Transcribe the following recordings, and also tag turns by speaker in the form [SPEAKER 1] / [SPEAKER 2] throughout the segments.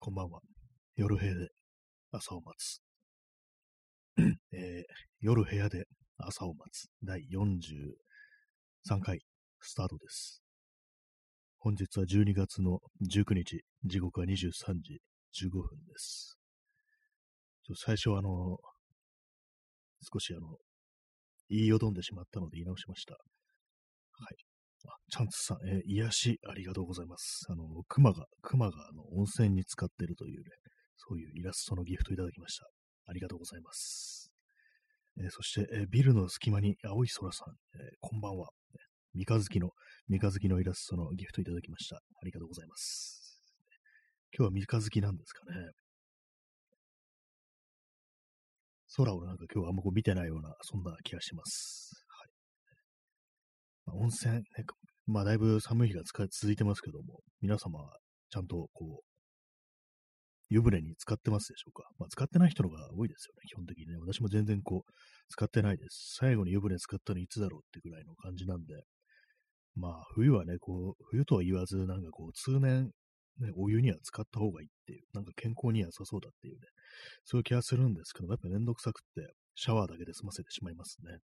[SPEAKER 1] こんばんは。夜部屋で朝を待つ。夜部屋で朝を待つ。第43回スタートです。本日は12月の19日、時刻は23時15分です。最初は少し言いよどんでしまったので言い直しました。はい。チャンツさん、癒しありがとうございます。熊が温泉に浸かっているというね、そういうイラストのギフトいただきました。ありがとうございます。そして、ビルの隙間に青い空さん、こんばんは。三日月のイラストのギフトいただきました。ありがとうございます。今日は三日月なんですかね。空をなんか今日はあんまこう見てないような、そんな気がします。はい。温泉、ね、だいぶ寒い日が続いてますけども、皆様はちゃんとこう、湯船に浸かってますでしょうか。使ってない人のが多いですよね、基本的にね。私も全然使ってないです。最後に湯船使ったのいつだろうってぐらいの感じなんで、冬はね、冬とは言わず、通年、ね、お湯には浸かった方がいいっていう、健康には良さそうだっていうね、そういう気がするんですけども、やっぱめんどくさくって、シャワーだけで済ませてしまいますね。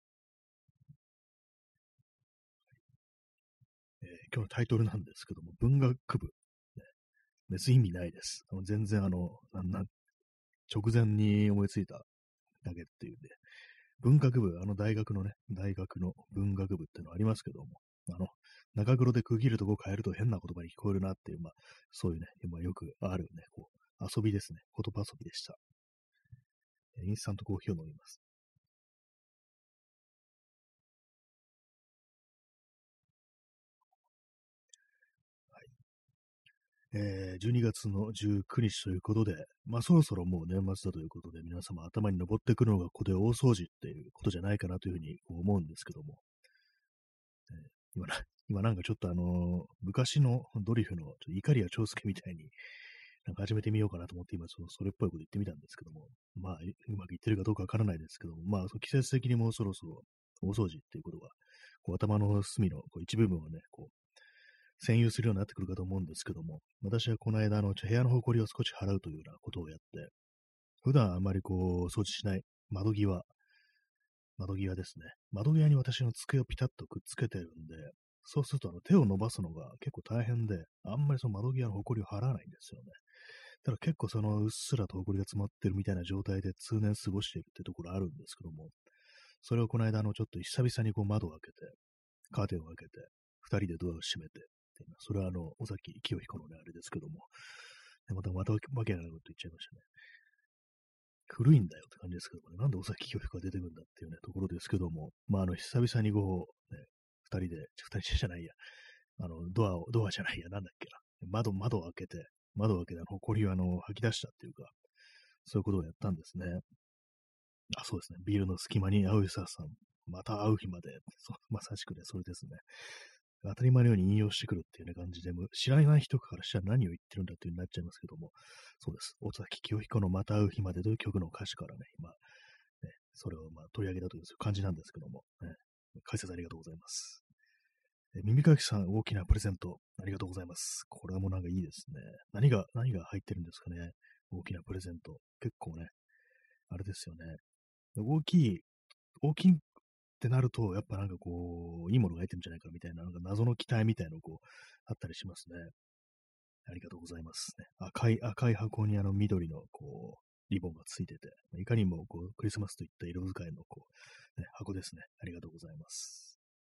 [SPEAKER 1] 今日のタイトルなんですけども、文学部。ね、別に意味ないです。全然直前に思いついただけっていうね、文学部、大学の文学部っていうのありますけども、中黒で区切るとこ変えると変な言葉に聞こえるなっていう、そういうね、よくあるね、遊びですね。言葉遊びでした。インスタントコーヒーを飲みます。12月の19日ということで、そろそろもう年末だということで、皆様頭に登ってくるのがここで大掃除っていうことじゃないかなというふうに思うんですけども、えー今な、今なんかちょっと昔のドリフの碇谷長介みたいに始めてみようかなと思って今それっぽいこと言ってみたんですけども、うまくいってるかどうかわからないですけども、季節的にもうそろそろ大掃除っていうことが、頭の隅の一部分をね、占有するようになってくるかと思うんですけども、私はこの間、部屋の埃を少し払うというようなことをやって、普段あまり掃除しない窓際ですね。窓際に私の机をピタッとくっつけてるんで、そうすると手を伸ばすのが結構大変で、あんまりその窓際の埃を払わないんですよね。ただ結構うっすらと埃が詰まってるみたいな状態で通年過ごしているってところあるんですけども、それをこの間ちょっと久々に窓を開けて、カーテンを開けて、二人でドアを閉めて、それは尾崎清彦のね、あれですけども、またわけないこと言っちゃいましたね。古いんだよって感じですけどもね、なんで尾崎清彦が出てくるんだっていうね、ところですけども、久々に二人じゃないや、ドアじゃないや、なんだっけな、窓を開けて、埃を吐き出したっていうか、そういうことをやったんですね。そうですね。ビールの隙間に青いささん、また会う日まで、まさしくね、それですね。当たり前のように引用してくるっていうね感じで、知らない人からしたら何を言ってるんだっていうになっちゃいますけども、そうです。大崎清彦のまた会う日までという曲の歌詞からね、今、ね、それを取り上げたという感じなんですけども、ね、解説ありがとうございます。耳かきさん、大きなプレゼント、ありがとうございます。これはもういいですね。何が入ってるんですかね。大きなプレゼント。結構ね、あれですよね。大きいってなると、やっぱいいものが入ってるんじゃないかみたいな、謎の期待みたいなのあったりしますね。ありがとうございますね。赤い箱に緑のリボンがついてて、いかにもクリスマスといった色使いのね、箱ですね。ありがとうございます。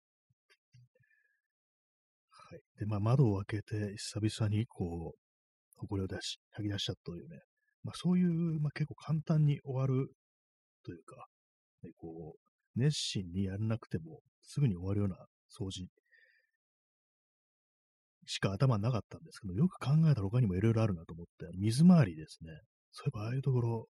[SPEAKER 1] はい。で、窓を開けて久々に埃を吐き出したというね、そういう、結構簡単に終わるというか、ね、熱心にやらなくてもすぐに終わるような掃除しか頭なかったんですけど、よく考えたら他にもいろいろあるなと思って、水回りですね。そういえばああいうところ、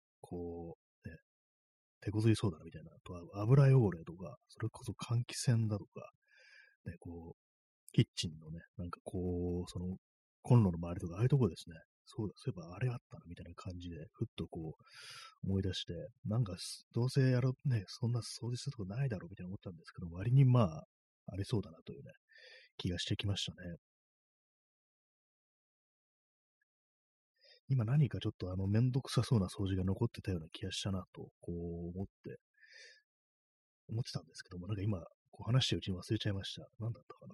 [SPEAKER 1] 手こずりそうだなみたいな、あとは油汚れとか、それこそ換気扇だとか、ね、キッチンのね、コンロの周りとか、ああいうところですね。そういえばあれあったな、みたいな感じで、ふっと思い出して、どうせね、そんな掃除するとこないだろうみたいな思ったんですけど、割にありそうだなというね、気がしてきましたね。 今何かちょっとめんどくさそうな掃除が残ってたような気がしたなと、思ってたんですけども、なんか今、話してるうちに忘れちゃいました。何だったかな。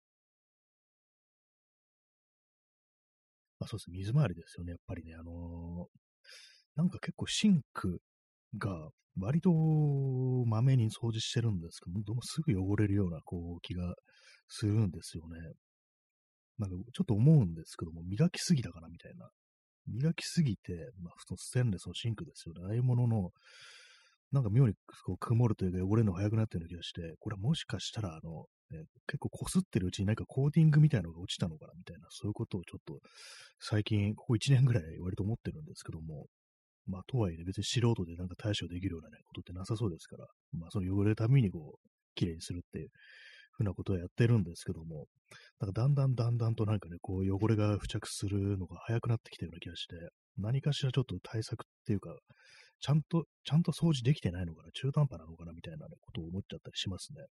[SPEAKER 1] そうですね、水回りですよね、やっぱりね。なんか結構シンクが割とまめに掃除してるんですけど、どうもすぐ汚れるような気がするんですよね。なんかちょっと思うんですけども、磨きすぎたかなみたいな。磨きすぎて、普通のステンレスのシンクですよね。ああいうものの、なんか妙に曇るというか汚れるのが早くなってるような気がして、これはもしかしたら結構擦ってるうちになんかコーティングみたいなのが落ちたのかなみたいな、そういうことをちょっと最近、ここ1年ぐらい割と思ってるんですけども、とはいえね、別に素人でなんか対処できるようなね、ことってなさそうですから、その汚れるために綺麗にするっていうふうなことをやってるんですけども、なんかだんだんとなんかね、汚れが付着するのが早くなってきてるような気がして、何かしらちょっと対策っていうか、ちゃんと掃除できてないのかな、中途半端なのかなみたいなね、ことを思っちゃったりしますね。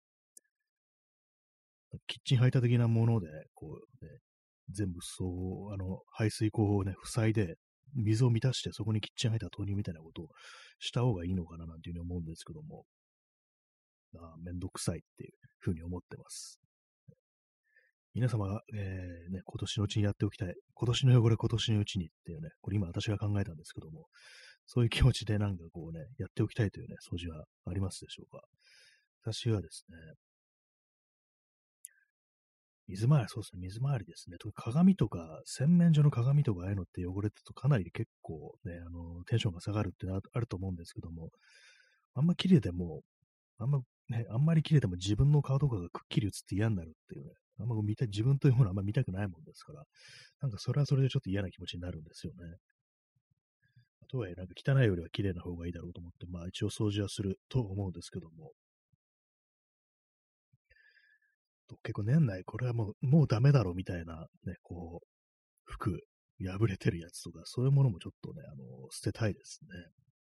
[SPEAKER 1] キッチンハイター的なもので、全部排水口をね、塞いで、水を満たしてそこにキッチンハイター投入みたいなことをした方がいいのかななんていうふうに思うんですけども、めんどくさいっていうふうに思ってます。皆様が、ね、今年のうちにやっておきたい。今年の汚れ今年のうちにっていうね、これ今私が考えたんですけども、そういう気持ちでなんかやっておきたいというね、掃除はありますでしょうか。私はですね、水回り、そうですね、水回りですね。特に鏡とか、洗面所の鏡とか、ああいうのって汚れてるとかなり結構ね、テンションが下がるっていうのはあると思うんですけども、あんま綺麗でも、あんまり綺麗でも自分の顔とかがくっきり映って嫌になるっていうね、あんま自分というものはあんま見たくないもんですから、なんかそれはそれでちょっと嫌な気持ちになるんですよね。とはいえ、なんか汚いよりは綺麗な方がいいだろうと思って、一応掃除はすると思うんですけども、結構年内これはもうダメだろうみたいなね、服、破れてるやつとか、そういうものもちょっとね、捨てたいですね。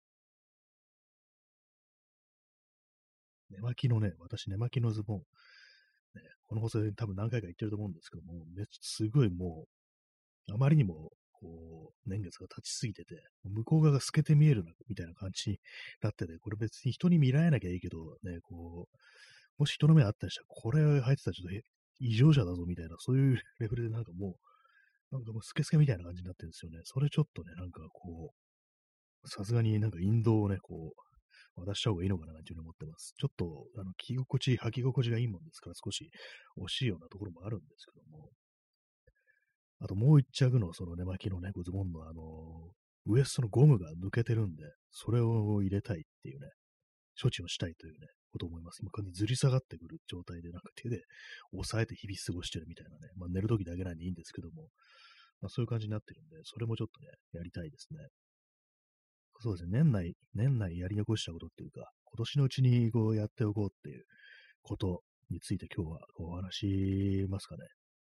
[SPEAKER 1] 私寝巻きのズボン、ね、この放送で多分何回か言ってると思うんですけども、すごいもう、あまりにも、年月が経ちすぎてて、向こう側が透けて見えるな、みたいな感じになってて、これ別に人に見られなきゃいいけど、ね、もし人の目あったりしたら、これ入ってたらちょっと異常者だぞ、みたいな、そういうレベルでなんかもうスケスケみたいな感じになってるんですよね。それちょっとね、なんかさすがになんか引導をね、渡した方がいいのかななんていうふうに思ってます。ちょっと、履き心地がいいもんですから、少し惜しいようなところもあるんですけども、あともう一着のその寝巻きのね、ズボンのウエストのゴムが抜けてるんで、それを入れたいっていうね、処置をしたいというね、ことを思います。今完全にずり下がってくる状態で、なんか手で押さえて日々過ごしてるみたいなね、寝るときだけなんでいいんですけども、そういう感じになってるんで、それもちょっとね、やりたいですね。そうですね、年内やり残したことっていうか、今年のうちにやっておこうっていうことについて今日はお話しますかね。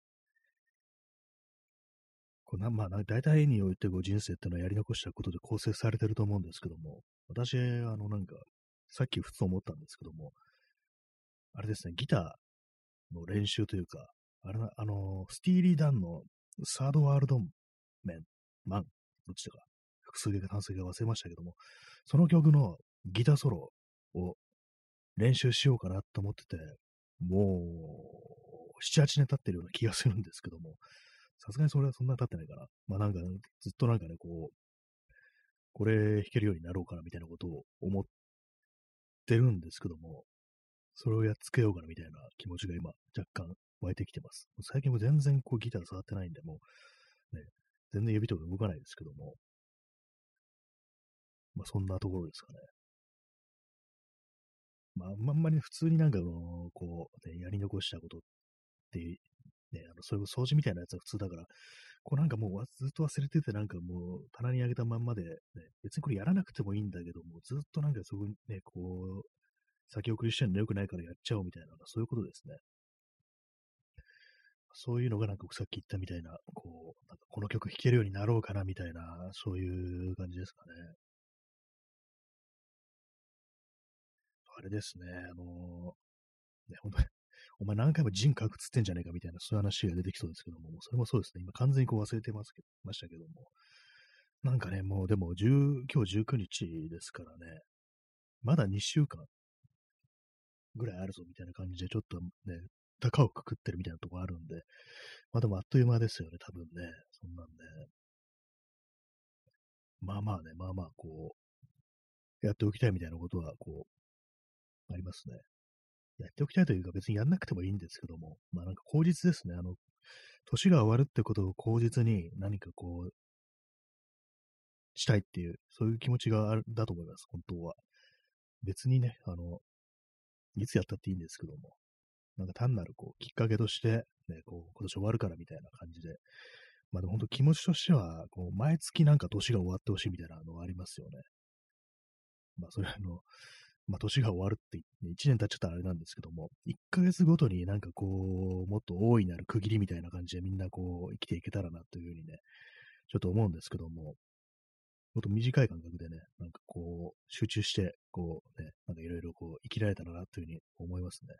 [SPEAKER 1] 大体において人生っていうのはやり残したことで構成されてると思うんですけども、私、なんか、さっきふと思ったんですけども、あれですね、ギターの練習というか、あれな、スティーリー・ダンのサードワールドメン、マン、どっちだか、複数形か単数形か忘れましたけども、その曲のギターソロを練習しようかなと思ってて、もう、7、8年経ってるような気がするんですけども、さすがにそれはそんな経ってないかな。なんか、ずっとなんかね、これ弾けるようになろうかなみたいなことを思ってるんですけども、それをやっつけようかなみたいな気持ちが今、若干湧いてきてます。最近も全然ギター触ってないんで、もうね、全然指とか動かないですけども、そんなところですかね。あんまり普通になんかやり残したことってね、そういう掃除みたいなやつは普通だから、なんかもうずっと忘れてて、なんかもう棚にあげたまんまで、ね、別にこれやらなくてもいいんだけども、ずっとなんかそこにね、先送りしてるの良くないからやっちゃおうみたいな、そういうことですね。そういうのがなんかさっき言ったみたいな、なんかこの曲弾けるようになろうかなみたいな、そういう感じですかね。あれですね、ね、本当にお前何回も人格つってんじゃねえかみたいな、そういう話が出てきそうですけども、もうそれもそうですね。今完全にこう忘れてましたけども。なんかね、もうでも今日19日ですからね、まだ2週間ぐらいあるぞみたいな感じで、ちょっとね、高をくくってるみたいなところあるんで、まあでもあっという間ですよね、多分ね。そんなんで。まあまあね、まあまあこう、やっておきたいみたいなことは、こう、ありますね。やっておきたいというか別にやんなくてもいいんですけども、まあなんか口実ですね。年が終わるってことを口実に何かこう、したいっていう、そういう気持ちがだと思います、本当は。別にね、いつやったっていいんですけども、なんか単なるこう、きっかけとして、ね、こう、今年終わるからみたいな感じで、まあでも本当気持ちとしては、こう、毎月なんか年が終わってほしいみたいなのがありますよね。まあそれまあ年が終わるって言って、1年経っちゃったらあれなんですけども、1ヶ月ごとになんかこう、もっと大いなる区切りみたいな感じでみんなこう、生きていけたらなというふうにね、ちょっと思うんですけども、もっと短い間隔でね、なんかこう、集中して、こうね、なんかいろいろこう、生きられたらなというふうに思いますね。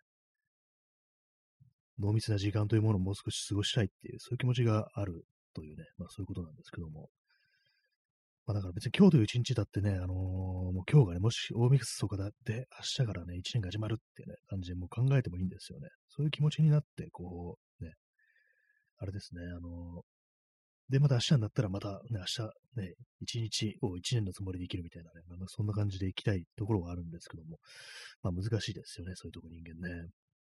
[SPEAKER 1] 濃密な時間というものをもう少し過ごしたいっていう、そういう気持ちがあるというね、まあそういうことなんですけども。まあだから別に今日という一日だってね、もう今日がね、もし大晦日とかだって、明日からね、一年が始まるっていうね、感じでもう考えてもいいんですよね。そういう気持ちになって、こう、ね、あれですね、で、また明日になったらまたね、明日ね、一日を一年のつもりで生きるみたいなね、まあそんな感じで生きたいところはあるんですけども、まあ難しいですよね、そういうとこ人間ね。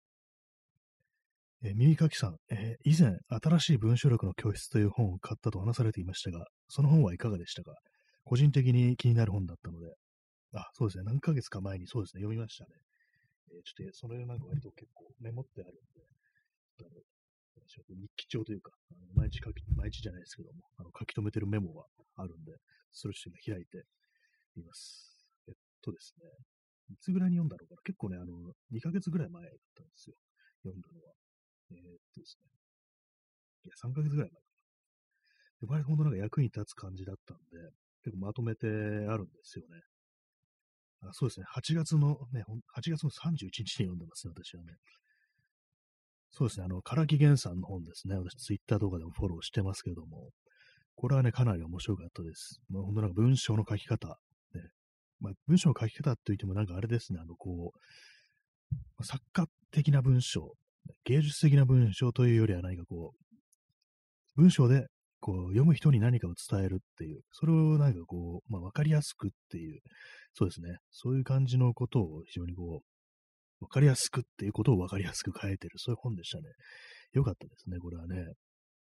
[SPEAKER 1] 耳かきさん、以前、新しい文章力の教室という本を買ったと話されていましたが、その本はいかがでしたか？個人的に気になる本だったので、あ、そうですね、何ヶ月か前にそうですね、読みましたね。ちょっと、それなんか割と結構メモってあるんで、ちょっと私は日記帳というか、毎日じゃないですけども、書き留めてるメモがあるんで、それをちょっと今開いています。ですね、いつぐらいに読んだのかな、結構ね、2ヶ月ぐらい前だったんですよ。読んだのは。ですね。いや、3ヶ月ぐらい前かな。割と本当なんか役に立つ感じだったんで、結構まとめてあるんですよね。そうですね。8月のね、8月の31日にちに読んでますね、私はね。そうですね。唐木源さんの本ですね。私、ツイッターとかでもフォローしてますけども、これはね、かなり面白かったです。まあ、本当なんか文章の書き方、ね。まあ、文章の書き方って言ってもなんかあれですね。こう、作家的な文章、芸術的な文章というよりは何かこう、文章でこう読む人に何かを伝えるっていう、それをなんかこう、まあ、わかりやすくっていう、そうですね。そういう感じのことを非常にこう、わかりやすくっていうことをわかりやすく書いてる、そういう本でしたね。よかったですね、これはね。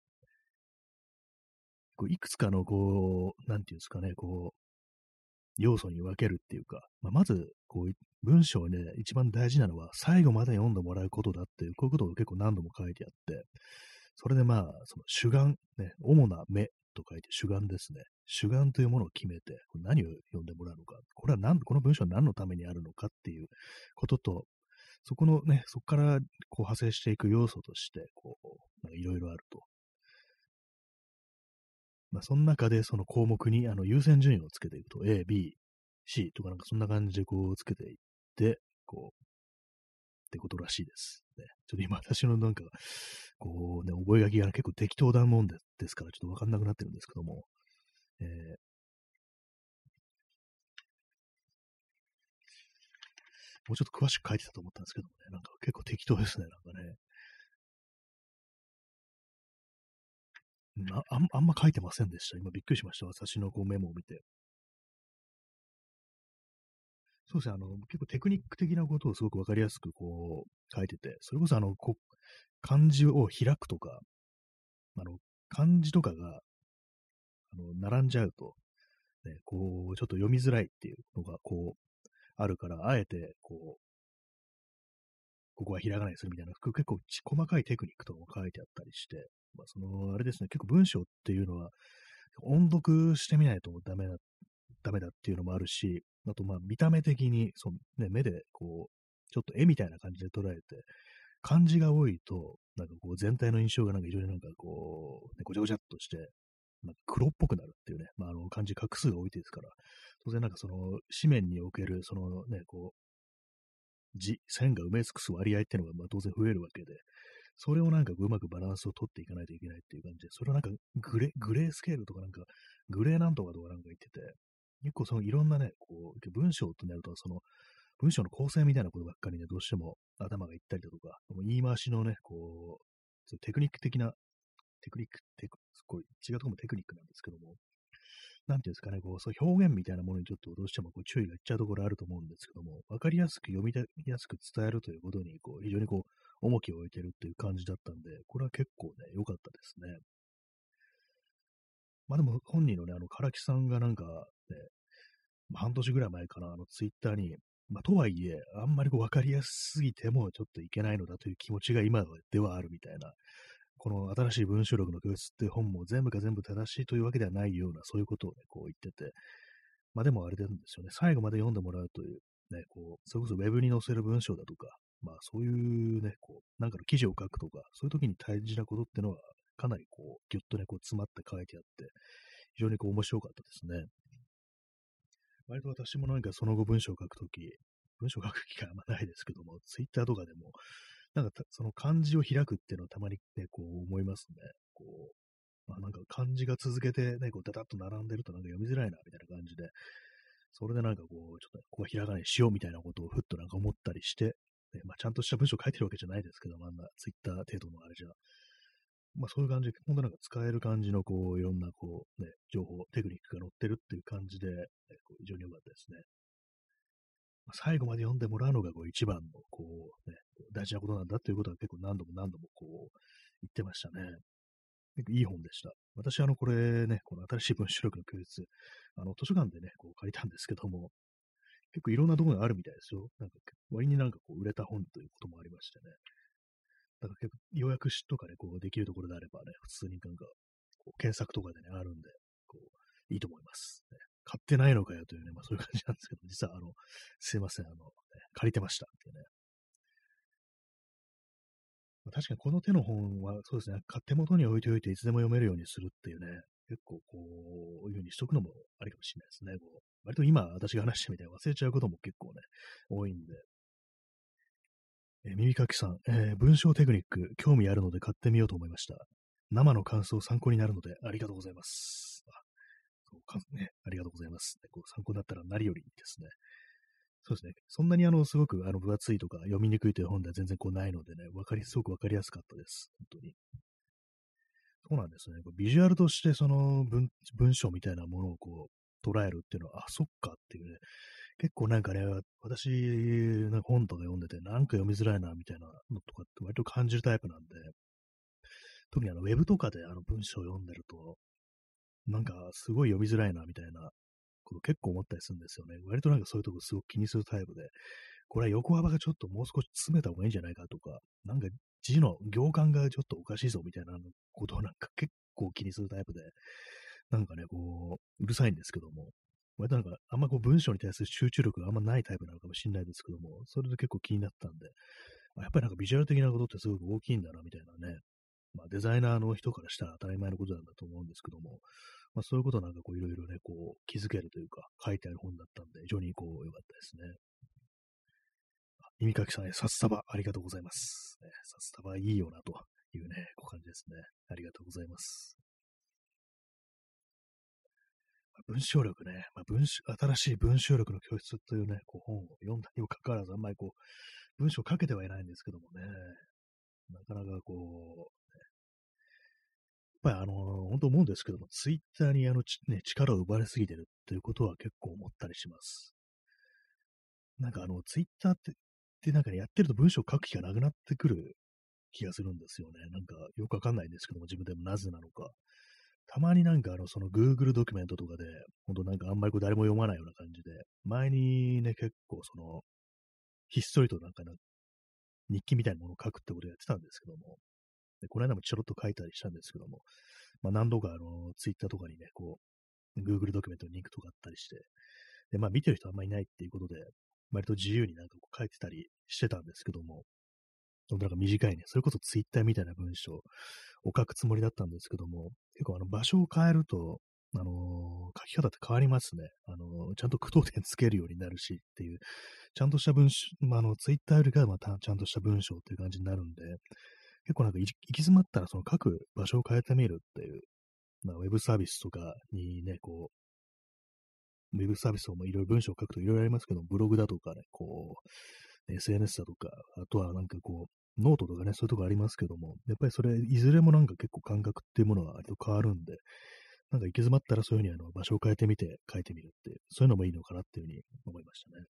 [SPEAKER 1] こういくつかのこう、なんていうんですかね、こう、要素に分けるっていうか、まあ、まず、こう、文章ね、一番大事なのは最後まで読んでもらうことだっていう、こういうことを結構何度も書いてあって、それでまあ、その主眼、ね、主な目と書いて主眼ですね。主眼というものを決めて、これ何を読んでもらうのか、この文章は何のためにあるのかっていうことと、そこのね、そこからこう派生していく要素として、こう、なんかいろいろあると。まあ、その中でその項目に優先順位をつけていくと、A、B、C とかなんかそんな感じでこうつけていって、こう、ってことらしいです。ね、ちょっと今私のなんか、こうね、覚書が結構適当なもんですから、ちょっとわかんなくなってるんですけども、えーもうちょっと詳しく書いてたと思ったんですけどもね、なんか結構適当ですね、なんかね。あんま書いてませんでした。今びっくりしました。私のこうメモを見て。そうですね、結構テクニック的なことをすごくわかりやすくこう書いてて、それこそ漢字を開くとか、あの、漢字とかが、並んじゃうと、ね、こう、ちょっと読みづらいっていうのが、こう、あるから、あえて、こう、ここはひらがなにするみたいな、結構細かいテクニックとかも書いてあったりして、まあ、あれですね、結構文章っていうのは、音読してみないとダメだっていうのもあるし、あと、まあ、見た目的に、ね、目で、こう、ちょっと絵みたいな感じで捉えて、漢字が多いと、なんかこう、全体の印象がなんか非常になんかこう、ね、ごちゃごちゃっとして、なんか黒っぽくなるっていうね、まあ、漢字画数が多いですから、当然なんかその、紙面における、そのね、こう、 線が埋め尽くす割合っていうのが、まあ当然増えるわけで、それをなんかうまくバランスを取っていかないといけないっていう感じで、それをなんかグレースケールとかなんか、グレーなんとかとかなんか言ってて、結構そのいろんなね、こう、文章となると、その文章の構成みたいなことばっかりね、どうしても頭がいったりだとか、言い回しのね、こう、そうテクニック的な、すごい違うところもテクニックなんですけども、なんていうんですかね、こう、そう表現みたいなものにちょっとどうしてもこう注意がいっちゃうところあると思うんですけども、わかりやすく読みやすく伝えるということに、こう、非常にこう、重きを置いてるっていう感じだったんで、これは結構ね、良かったですね。まあでも本人のね、唐木さんがなんかね、半年ぐらい前かな、ツイッターに、まあとはいえ、あんまりこう分かりやすすぎてもちょっといけないのだという気持ちが今ではあるみたいな、この新しい文章力の教室っていう本も全部が全部正しいというわけではないような、そういうことをね、こう言ってて、まあでもあれなんですよね、最後まで読んでもらうという、ね、こう、それこそウェブに載せる文章だとか、まあそういうね、こう、なんかの記事を書くとか、そういう時に大事なことってのは、かなりこう、ぎゅっとね、こう詰まって書いてあって、非常にこう面白かったですね。割と私もなんかその後文章を書くとき、文章を書く機会あんまないですけども、ツイッターとかでも、なんかその漢字を開くっていうのはたまにね、こう思いますね。こう、まあなんか漢字が続けてね、こうダダッと並んでるとなんか読みづらいな、みたいな感じで、それでなんかこう、ちょっとここはひらがなにしようみたいなことをふっとなんか思ったりして、ね、まあちゃんとした文章を書いてるわけじゃないですけど、まあツイッター程度のあれじゃ、まあそういう感じで、本当なんか使える感じのこう、いろんなこう、ね、情報、テクニックが載ってるっていう感じで、こう非常に良かったですね。まあ最後まで読んでもらうのがこう一番のこう、ね、大事なことなんだっていうことは結構何度もこう言ってましたね。結構いい本でした。私これね、この新しい文章力の教室、図書館でね、こう借りたんですけども、結構いろんなところがあるみたいですよ。なんか割になんかこう売れた本ということもありましてね。だから結構予約しとかね、こうできるところであればね、普通になんかこう検索とかでね、あるんで、こういいと思います。ね、買ってないのかよというね、まあそういう感じなんですけど、実はすいません、借りてましたっていうね。まあ、確かにこの手の本は、そうですね、手元に置いておいていつでも読めるようにするっていうね、結構こういう風にしとくのもありかもしれないですね。こう割と今私が話してみたいに忘れちゃうことも結構ね、多いんで。耳かきさん、文章テクニック、興味あるので買ってみようと思いました。生の感想参考になるのでありがとうございます。そうかね、ありがとうございます。こう参考になったら何よりですね。そうですね。そんなにすごく分厚いとか読みにくいという本では全然こうないのでね、すごくわかりやすかったです。本当に。そうなんですね。こうビジュアルとしてその文章みたいなものをこう捉えるっていうのは、あ、そっかっていうね、結構なんかね、私、なんか本とか読んでて、なんか読みづらいなみたいなのとかって割と感じるタイプなんで、特にウェブとかで文章を読んでると、なんかすごい読みづらいなみたいなこと結構思ったりするんですよね。割となんかそういうとこすごく気にするタイプで、これは横幅がちょっともう少し詰めた方がいいんじゃないかとか、なんか字の行間がちょっとおかしいぞみたいなことをなんか結構気にするタイプで、なんかね、こう、うるさいんですけども、割となんかあんまこう文章に対する集中力があんまないタイプなのかもしれないですけども、それで結構気になったんで、やっぱりなんかビジュアル的なことってすごく大きいんだなみたいなね、まあデザイナーの人からしたら当たり前のことなんだと思うんですけども、まあそういうことなんかこういろいろね、こう気づけるというか書いてある本だったんで、非常にこう良かったですね。耳かきさんへ札束ありがとうございます。ね、札束いいよなというね、こう感じですね。ありがとうございます。文章力ね、新しい文章力の教室というね、こう本を読んだにもかかわらず、あんまりこう、文章をかけてはいないんですけどもね、なかなかこう、やっぱり本当思うんですけども、ツイッターに力を奪われすぎてるっていうことは結構思ったりします。なんかツイッターってなんかね、やってると文章を書く気がなくなってくる気がするんですよね。なんかよくわかんないんですけども、自分でもなぜなのか。たまになんかその Google ドキュメントとかで、ほんとなんかあんまりこう誰も読まないような感じで、前にね、結構ひっそりとなんか日記みたいなものを書くってことをやってたんですけども、でこの間もちょろっと書いたりしたんですけども、まあ何度かTwitter とかにね、こう、Google ドキュメントにリンクとかあったりして、で、まあ見てる人あんまりいないっていうことで、割と自由になんかこう書いてたりしてたんですけども、なんか短いね、それこそ Twitter みたいな文章を書くつもりだったんですけども、結構場所を変えると、 書き方って変わりますね。ちゃんと句読点つけるようになるしっていう、ちゃんとした文章、ツイッターよりかはまたちゃんとした文章っていう感じになるんで、結構なんか行き詰まったらその書く場所を変えてみるっていう、ウェブサービスとかにね、ウェブサービスをいろいろ文章を書くといろいろありますけど、ブログだとかね、SNS だとか、あとはなんかノートとかね、そういうとこありますけども、やっぱりそれ、いずれもなんか結構感覚っていうものは割と変わるんで、なんか行き詰まったらそういうふうに場所を変えてみて書いてみるっていう、そういうのもいいのかなっていうふうに思いましたね。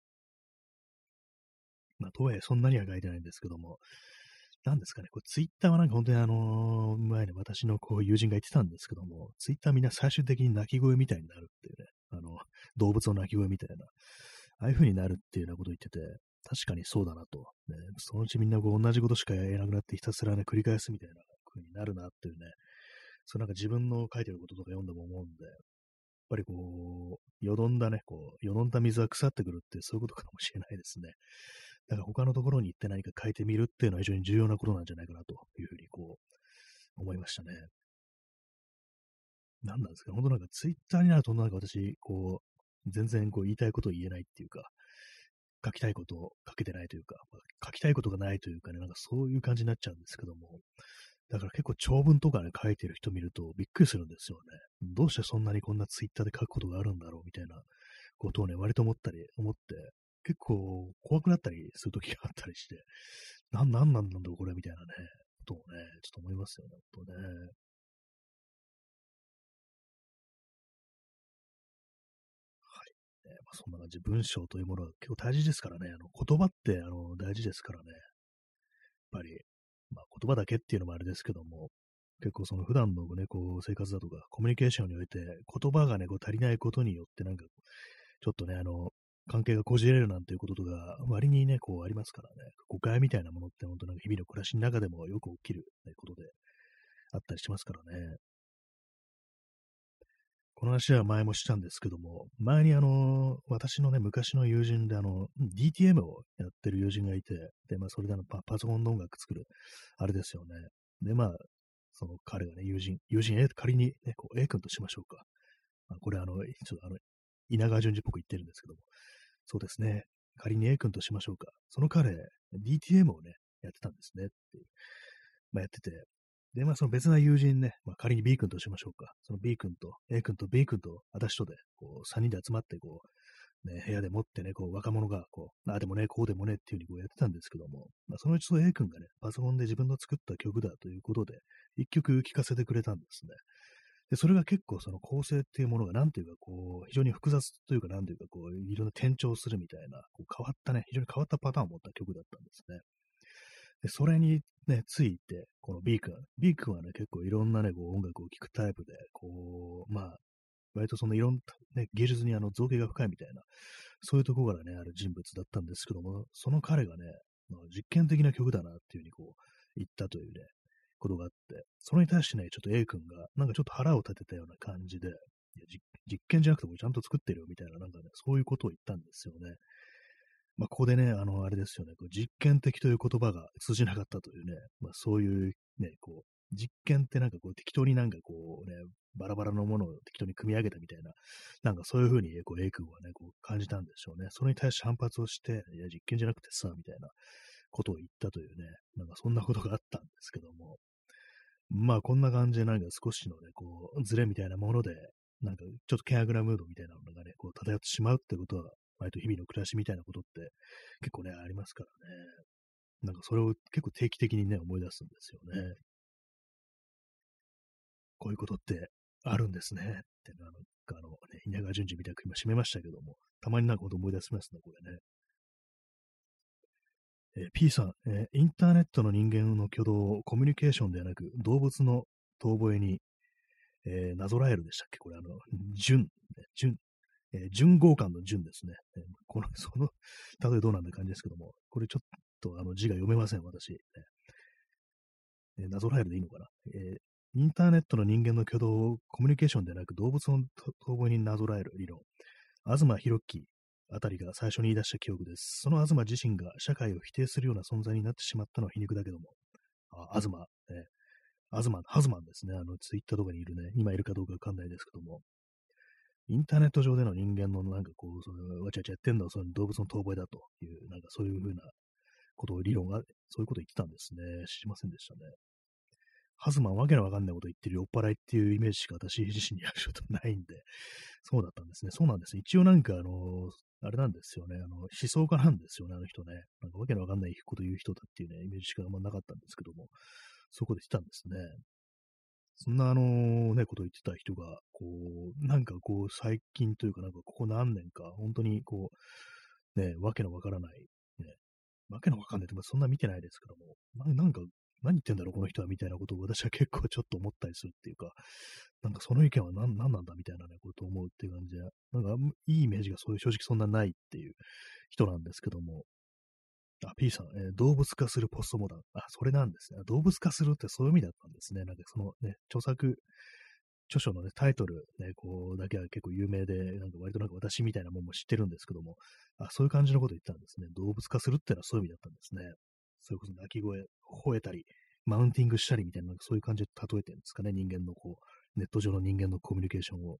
[SPEAKER 1] とはいえそんなには書いてないんですけども、なんですかね、ツイッターはなんか本当に前に私の友人が言ってたんですけども、ツイッターみんな最終的に鳴き声みたいになるっていうね、動物の鳴き声みたいな、ああいう風になるっていうようなことを言ってて、確かにそうだなと、ね、そのうちみんな同じことしかやれなくなってひたすらね、繰り返すみたいな風になるなっていうね、そうなんか自分の書いてることとか読んでも思うんで、やっぱりよどんだね、よどんだ水は腐ってくるってそういうことかもしれないですね。だから他のところに行って何か変えてみるっていうのは非常に重要なことなんじゃないかなというふうに思いましたね。なんなんですか、本当なんかツイッターになるとなんか私、全然言いたいことを言えないっていうか、書きたいことを書けてないというか、書きたいことがないというかね、なんかそういう感じになっちゃうんですけども、だから結構長文とかね、書いてる人見るとびっくりするんですよね。どうしてそんなにこんなツイッターで書くことがあるんだろうみたいなことをね、割と思って、結構怖くなったりするときがあったりして、なんなんだろうこれみたいなね、ことをね、ちょっと思いますよね、本当ね。はい。そんな感じで文章というものは結構大事ですからね、言葉って大事ですからね、やっぱり、言葉だけっていうのもあれですけども、結構その普段のね、生活だとかコミュニケーションにおいて言葉がね、足りないことによってなんか、ちょっとね、関係がこじれるなんていうこととか、割にね、ありますからね、誤解みたいなものって本当なんか日々の暮らしの中でもよく起きる、ね、ことであったりしますからね。この話は前もしたんですけども、前に私のね、昔の友人でDTM をやってる友人がいて、で、それでパソコンの音楽作る、あれですよね。で、その彼がね、友人 A、仮にね、A 君としましょうか。これちょっと稲川淳二っぽく言ってるんですけども、そうですね。仮に A 君としましょうか。その彼、DTM をね、やってたんですねっていう。やってて、で、その別な友人ね、仮に B 君としましょうか。その B 君と A 君と B 君と私とで、3人で集まって、ね、部屋でもってね、若者が、ああでもね、こうでもねっていう風にやってたんですけども、そのうちその A 君がね、パソコンで自分の作った曲だということで、一曲聴かせてくれたんですね。で、それが結構その構成っていうものが、なんていうか、非常に複雑というか、なんていうか、いろんな転調するみたいな、変わったね、非常に変わったパターンを持った曲だったんですね。で、それにね、ついて、この B 君。B 君はね、結構いろんなね、音楽を聴くタイプで、割とそのいろんな、ね、芸術に造詣が深いみたいな、そういうところからね、ある人物だったんですけども、その彼がね、実験的な曲だなっていうふうに言ったというね、ことがあって、それに対してね、ちょっと A 君が、なんかちょっと腹を立てたような感じで、いや実験じゃなくてもちゃんと作ってるよみたいな、なんかね、そういうことを言ったんですよね。ここでね、あれですよね、実験的という言葉が通じなかったというね、そういうね、実験ってなんか適当になんかバラバラのものを適当に組み上げたみたいな、なんかそういうふうにA 君はね、感じたんでしょうね。それに対して反発をして、いや、実験じゃなくてさ、みたいなことを言ったというね、なんかそんなことがあったんですけども、こんな感じでなんか少しのね、ズレみたいなもので、なんかちょっと険悪なムードみたいなのがね、漂ってしまうってことは、割と日々の暮らしみたいなことって結構ね、ありますからね。なんかそれを結構定期的にね、思い出すんですよね。こういうことってあるんですね。ってね、稲川淳二みたいな今締めましたけども、たまになんかほんと思い出しますね、これね。P さん、インターネットの人間の挙動をコミュニケーションではなく、動物の遠吠えに、なぞらえるでしたっけこれ、純、純、純合感の純ですね。その、例えどうなんだ感じですけども、これちょっと字が読めません、私。なぞらえるでいいのかな。インターネットの人間の挙動をコミュニケーションではなく動物の遠吠えになぞらえる理論。東博樹あたりが最初に言い出した記憶です。その東自身が社会を否定するような存在になってしまったのは皮肉だけども。東、ハズマンですね。ツイッターとかにいるね、今いるかどうかわかんないですけども。 インターネット上での人間のなんかこう、わちゃわちゃやってんのはその動物の遠吠えだという、なんかそういうふうなことを理論が、そういうことを言ってたんですね。知りませんでしたね。ハズマンわけのわかんないこと言ってる酔っ払いっていうイメージしか私自身にあることないんで、そうだったんですね。そうなんですね。一応なんかあれなんですよね。思想家なんですよね、あの人ね。なんかわけのわかんないこと言う人だっていうね、イメージしかあんまなかったんですけども、そういうこと言ってたんですね。そんなこと言ってた人が、こう、なんかこう、最近というか、なんかここ何年か、本当にこう、ね、わけのわからない、ね、わけのわかんないって、まあそんな見てないですけども、なんか、何言ってんだろう、この人は、みたいなことを私は結構ちょっと思ったりするっていうか、なんかその意見は何なんだみたいなね、ことを思うっていう感じで、なんかいいイメージがそういう正直そんなないっていう人なんですけども、P さん、動物化するポストモダン。それなんですね。動物化するってそういう意味だったんですね。なんかそのね、著書のね、タイトル、ね、こう、だけは結構有名で、なんか割となんか私みたいなもんも知ってるんですけども、そういう感じのこと言ってたんですね。動物化するってのはそういう意味だったんですね。それこそ鳴き声、吠えたり、マウンティングしたりみたいな、なんかそういう感じで例えてるんですかね。人間のこう、ネット上の人間のコミュニケーションを。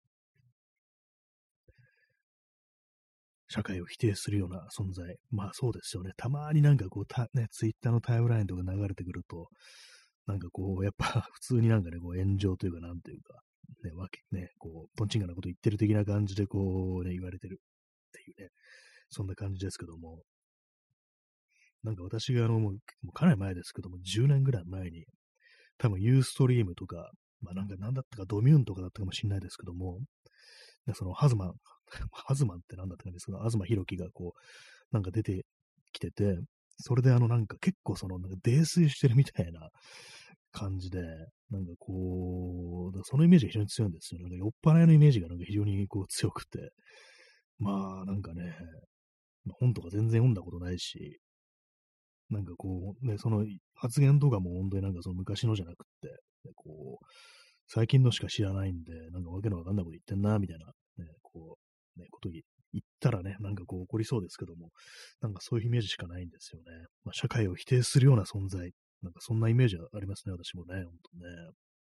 [SPEAKER 1] 社会を否定するような存在。まあそうですよね。たまになんかこう、ツイッターのタイムラインとか流れてくると、なんかこう、やっぱ普通になんかね、こう炎上というか、なんというか、ね、こう、とんちんかなこと言ってる的な感じでこうね、言われてるっていうね、そんな感じですけども、なんか私がもうかなり前ですけども、10年ぐらい前に、多分ユーストリームとか、まあなんかなんだったかドミューンとかだったかもしれないですけども、そのハズマン、ハズマンってなんだったかですけど、東博樹がこう、なんか出てきてて、それでなんか結構なんか泥酔してるみたいな感じで、なんかこう、そのイメージが非常に強いんですよね。なんか酔っ払いのイメージがなんか非常にこう強くて、まあなんかね、本とか全然読んだことないし、なんかこう、ね、その発言とかも本当になんかその昔のじゃなくって、こう、最近のしか知らないんで、なんかわけのわかんないこと言ってんな、みたいな、ね、こう、ね、こと言ったらね、なんかこう怒りそうですけども、なんかそういうイメージしかないんですよね。まあ、社会を否定するような存在、なんかそんなイメージはありますね、私もね、本当ね。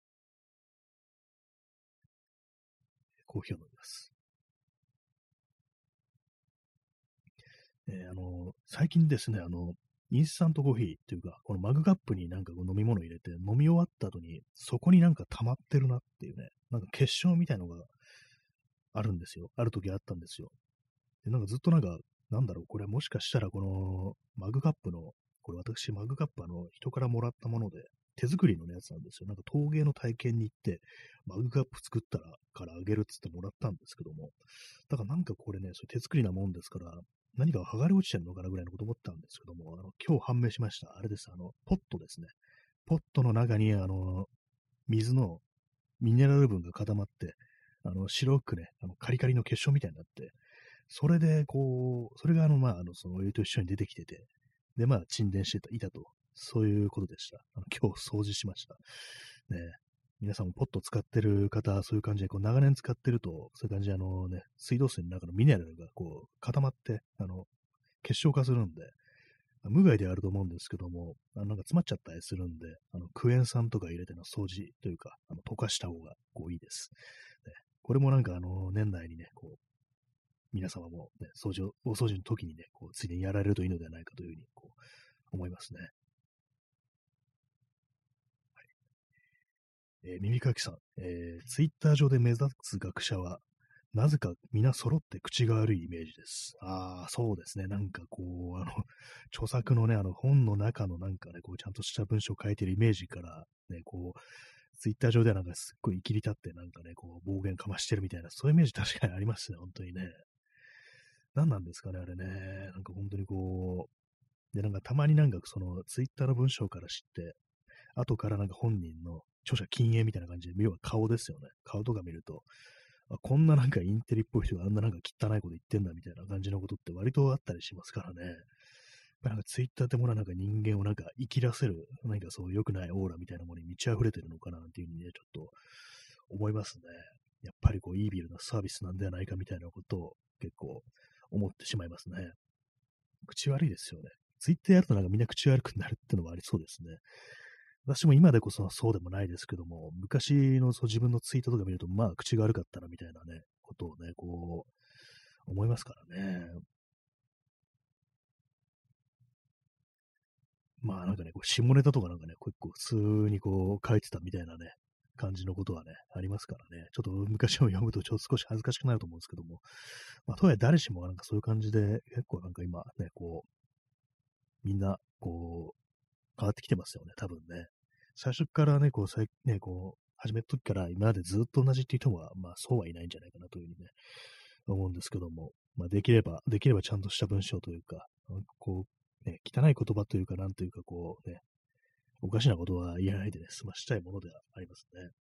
[SPEAKER 1] コーヒーを飲みます。最近ですね、インスタントコーヒーっていうか、このマグカップになんかこう飲み物入れて、飲み終わった後に、そこになんか溜まってるなっていうね、なんか結晶みたいのがあるんですよ。ある時あったんですよ。で、なんかずっとなんか、なんだろう、これもしかしたらこのマグカップの、これ私マグカップ人からもらったもので、手作りのやつなんですよ。なんか陶芸の体験に行って、マグカップ作ったらからあげるっつってもらったんですけども、だからなんかこれね、それ手作りなもんですから、何か剥がれ落ちてんのかなぐらいのこと思ったんですけども、今日判明しました。あれです、ポットですね。ポットの中に、水のミネラル分が固まって、白くね、カリカリの結晶みたいになって、それで、こう、それがそのお湯と一緒に出てきてて、で、まあ、沈殿していたと。そういうことでした。今日掃除しました。ね、皆さんもポット使ってる方、そういう感じで、こう、長年使ってると、そういう感じで、水道水の中のミネラルが、こう、固まって、結晶化するんで、無害ではあると思うんですけども、なんか詰まっちゃったりするんで、クエン酸とか入れての掃除というか、溶かした方が、こう、いいです。ね、これもなんか、年内にね、こう、皆様も、ね、大掃除の時にね、こう、ついでにやられるといいのではないかというふうに、こう、思いますね。耳かきさん、ツイッター上で目立つ学者は、なぜか皆揃って口が悪いイメージです。そうですね。なんかこう、著作のね、本の中のなんかね、こう、ちゃんとした文章を書いてるイメージから、ね、こう、ツイッター上ではなんかすっごい生きり立ってなんかね、こう、暴言かましてるみたいな、そういうイメージ確かにありますね、本当にね。何なんですかね、あれね。なんか本当にこう、で、なんかたまになんかそのツイッターの文章から知って、後からなんか本人の著者禁煙みたいな感じで、要は顔ですよね。顔とか見ると、こんななんかインテリっぽい人があんななんか汚いこと言ってんだみたいな感じのことって割とあったりしますからね。なんかツイッターってものはなんか人間をなんか生きらせる、何かそう良くないオーラみたいなものに満ち溢れてるのかなっていうふうにね、ちょっと思いますね。やっぱりこう、イービルなサービスなんではないかみたいなことを結構思ってしまいますね。口悪いですよね。ツイッターやるとなんかみんな口悪くなるってのもありそうですね。私も今でこそそうでもないですけども、昔の自分のツイートとか見ると、まあ口が悪かったなみたいなね、こことをね、こう、思いますからね。まあなんかね、こう下ネタとかなんかね、結構普通にこう書いてたみたいなね、感じのことはね、ありますからね。ちょっと昔を読むとちょっと少し恥ずかしくなると思うんですけども、まあとはいえ誰しもがなんかそういう感じで、結構なんか今ね、こう、みんな、こう、変わってきてますよね、多分ね。最初からね、こう、ね、こう、始めた時から今までずっと同じっていう人は、まあそうはいないんじゃないかなというふうにね、思うんですけども、まあできればちゃんとした文章というか、こう、ね、汚い言葉というか、なんというか、こうね、おかしなことは言えないでね、済ましたいものではありますね。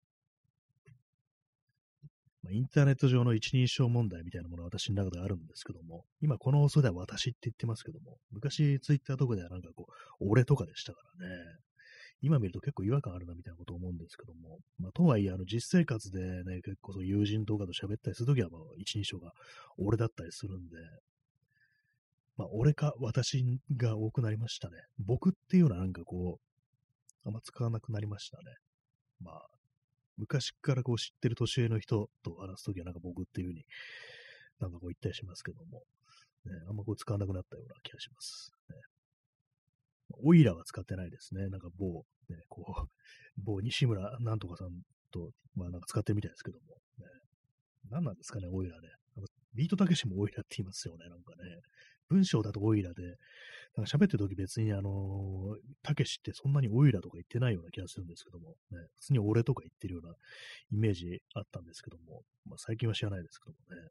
[SPEAKER 1] まあ、インターネット上の一人称問題みたいなものは私の中であるんですけども、今この放送では私って言ってますけども、昔ツイッターとかではなんかこう、俺とかでしたからね。今見ると結構違和感あるなみたいなことを思うんですけども、まあ、とはいえ、実生活でね、結構そう友人とかと喋ったりするときは、まあ、一人称が俺だったりするんで、まあ、俺か私が多くなりましたね。僕っていうのはなんかこう、あんま使わなくなりましたね。まあ、昔からこう知ってる年上の人と話すときはなんか僕っていうふうになんかこう言ったりしますけども、ね、あんまこう使わなくなったような気がします。ね、オイラは使ってないですね。なんかね、こう、某西村なんとかさんと、まあなんか使ってるみたいですけども、ね、何なんですかね、オイラね。ビートたけしもオイラって言いますよね、なんかね。文章だとオイラで、なんか喋ってるとき別にたけしってそんなにオイラとか言ってないような気がするんですけども、ね、普通に俺とか言ってるようなイメージあったんですけども、まあ最近は知らないですけどもね。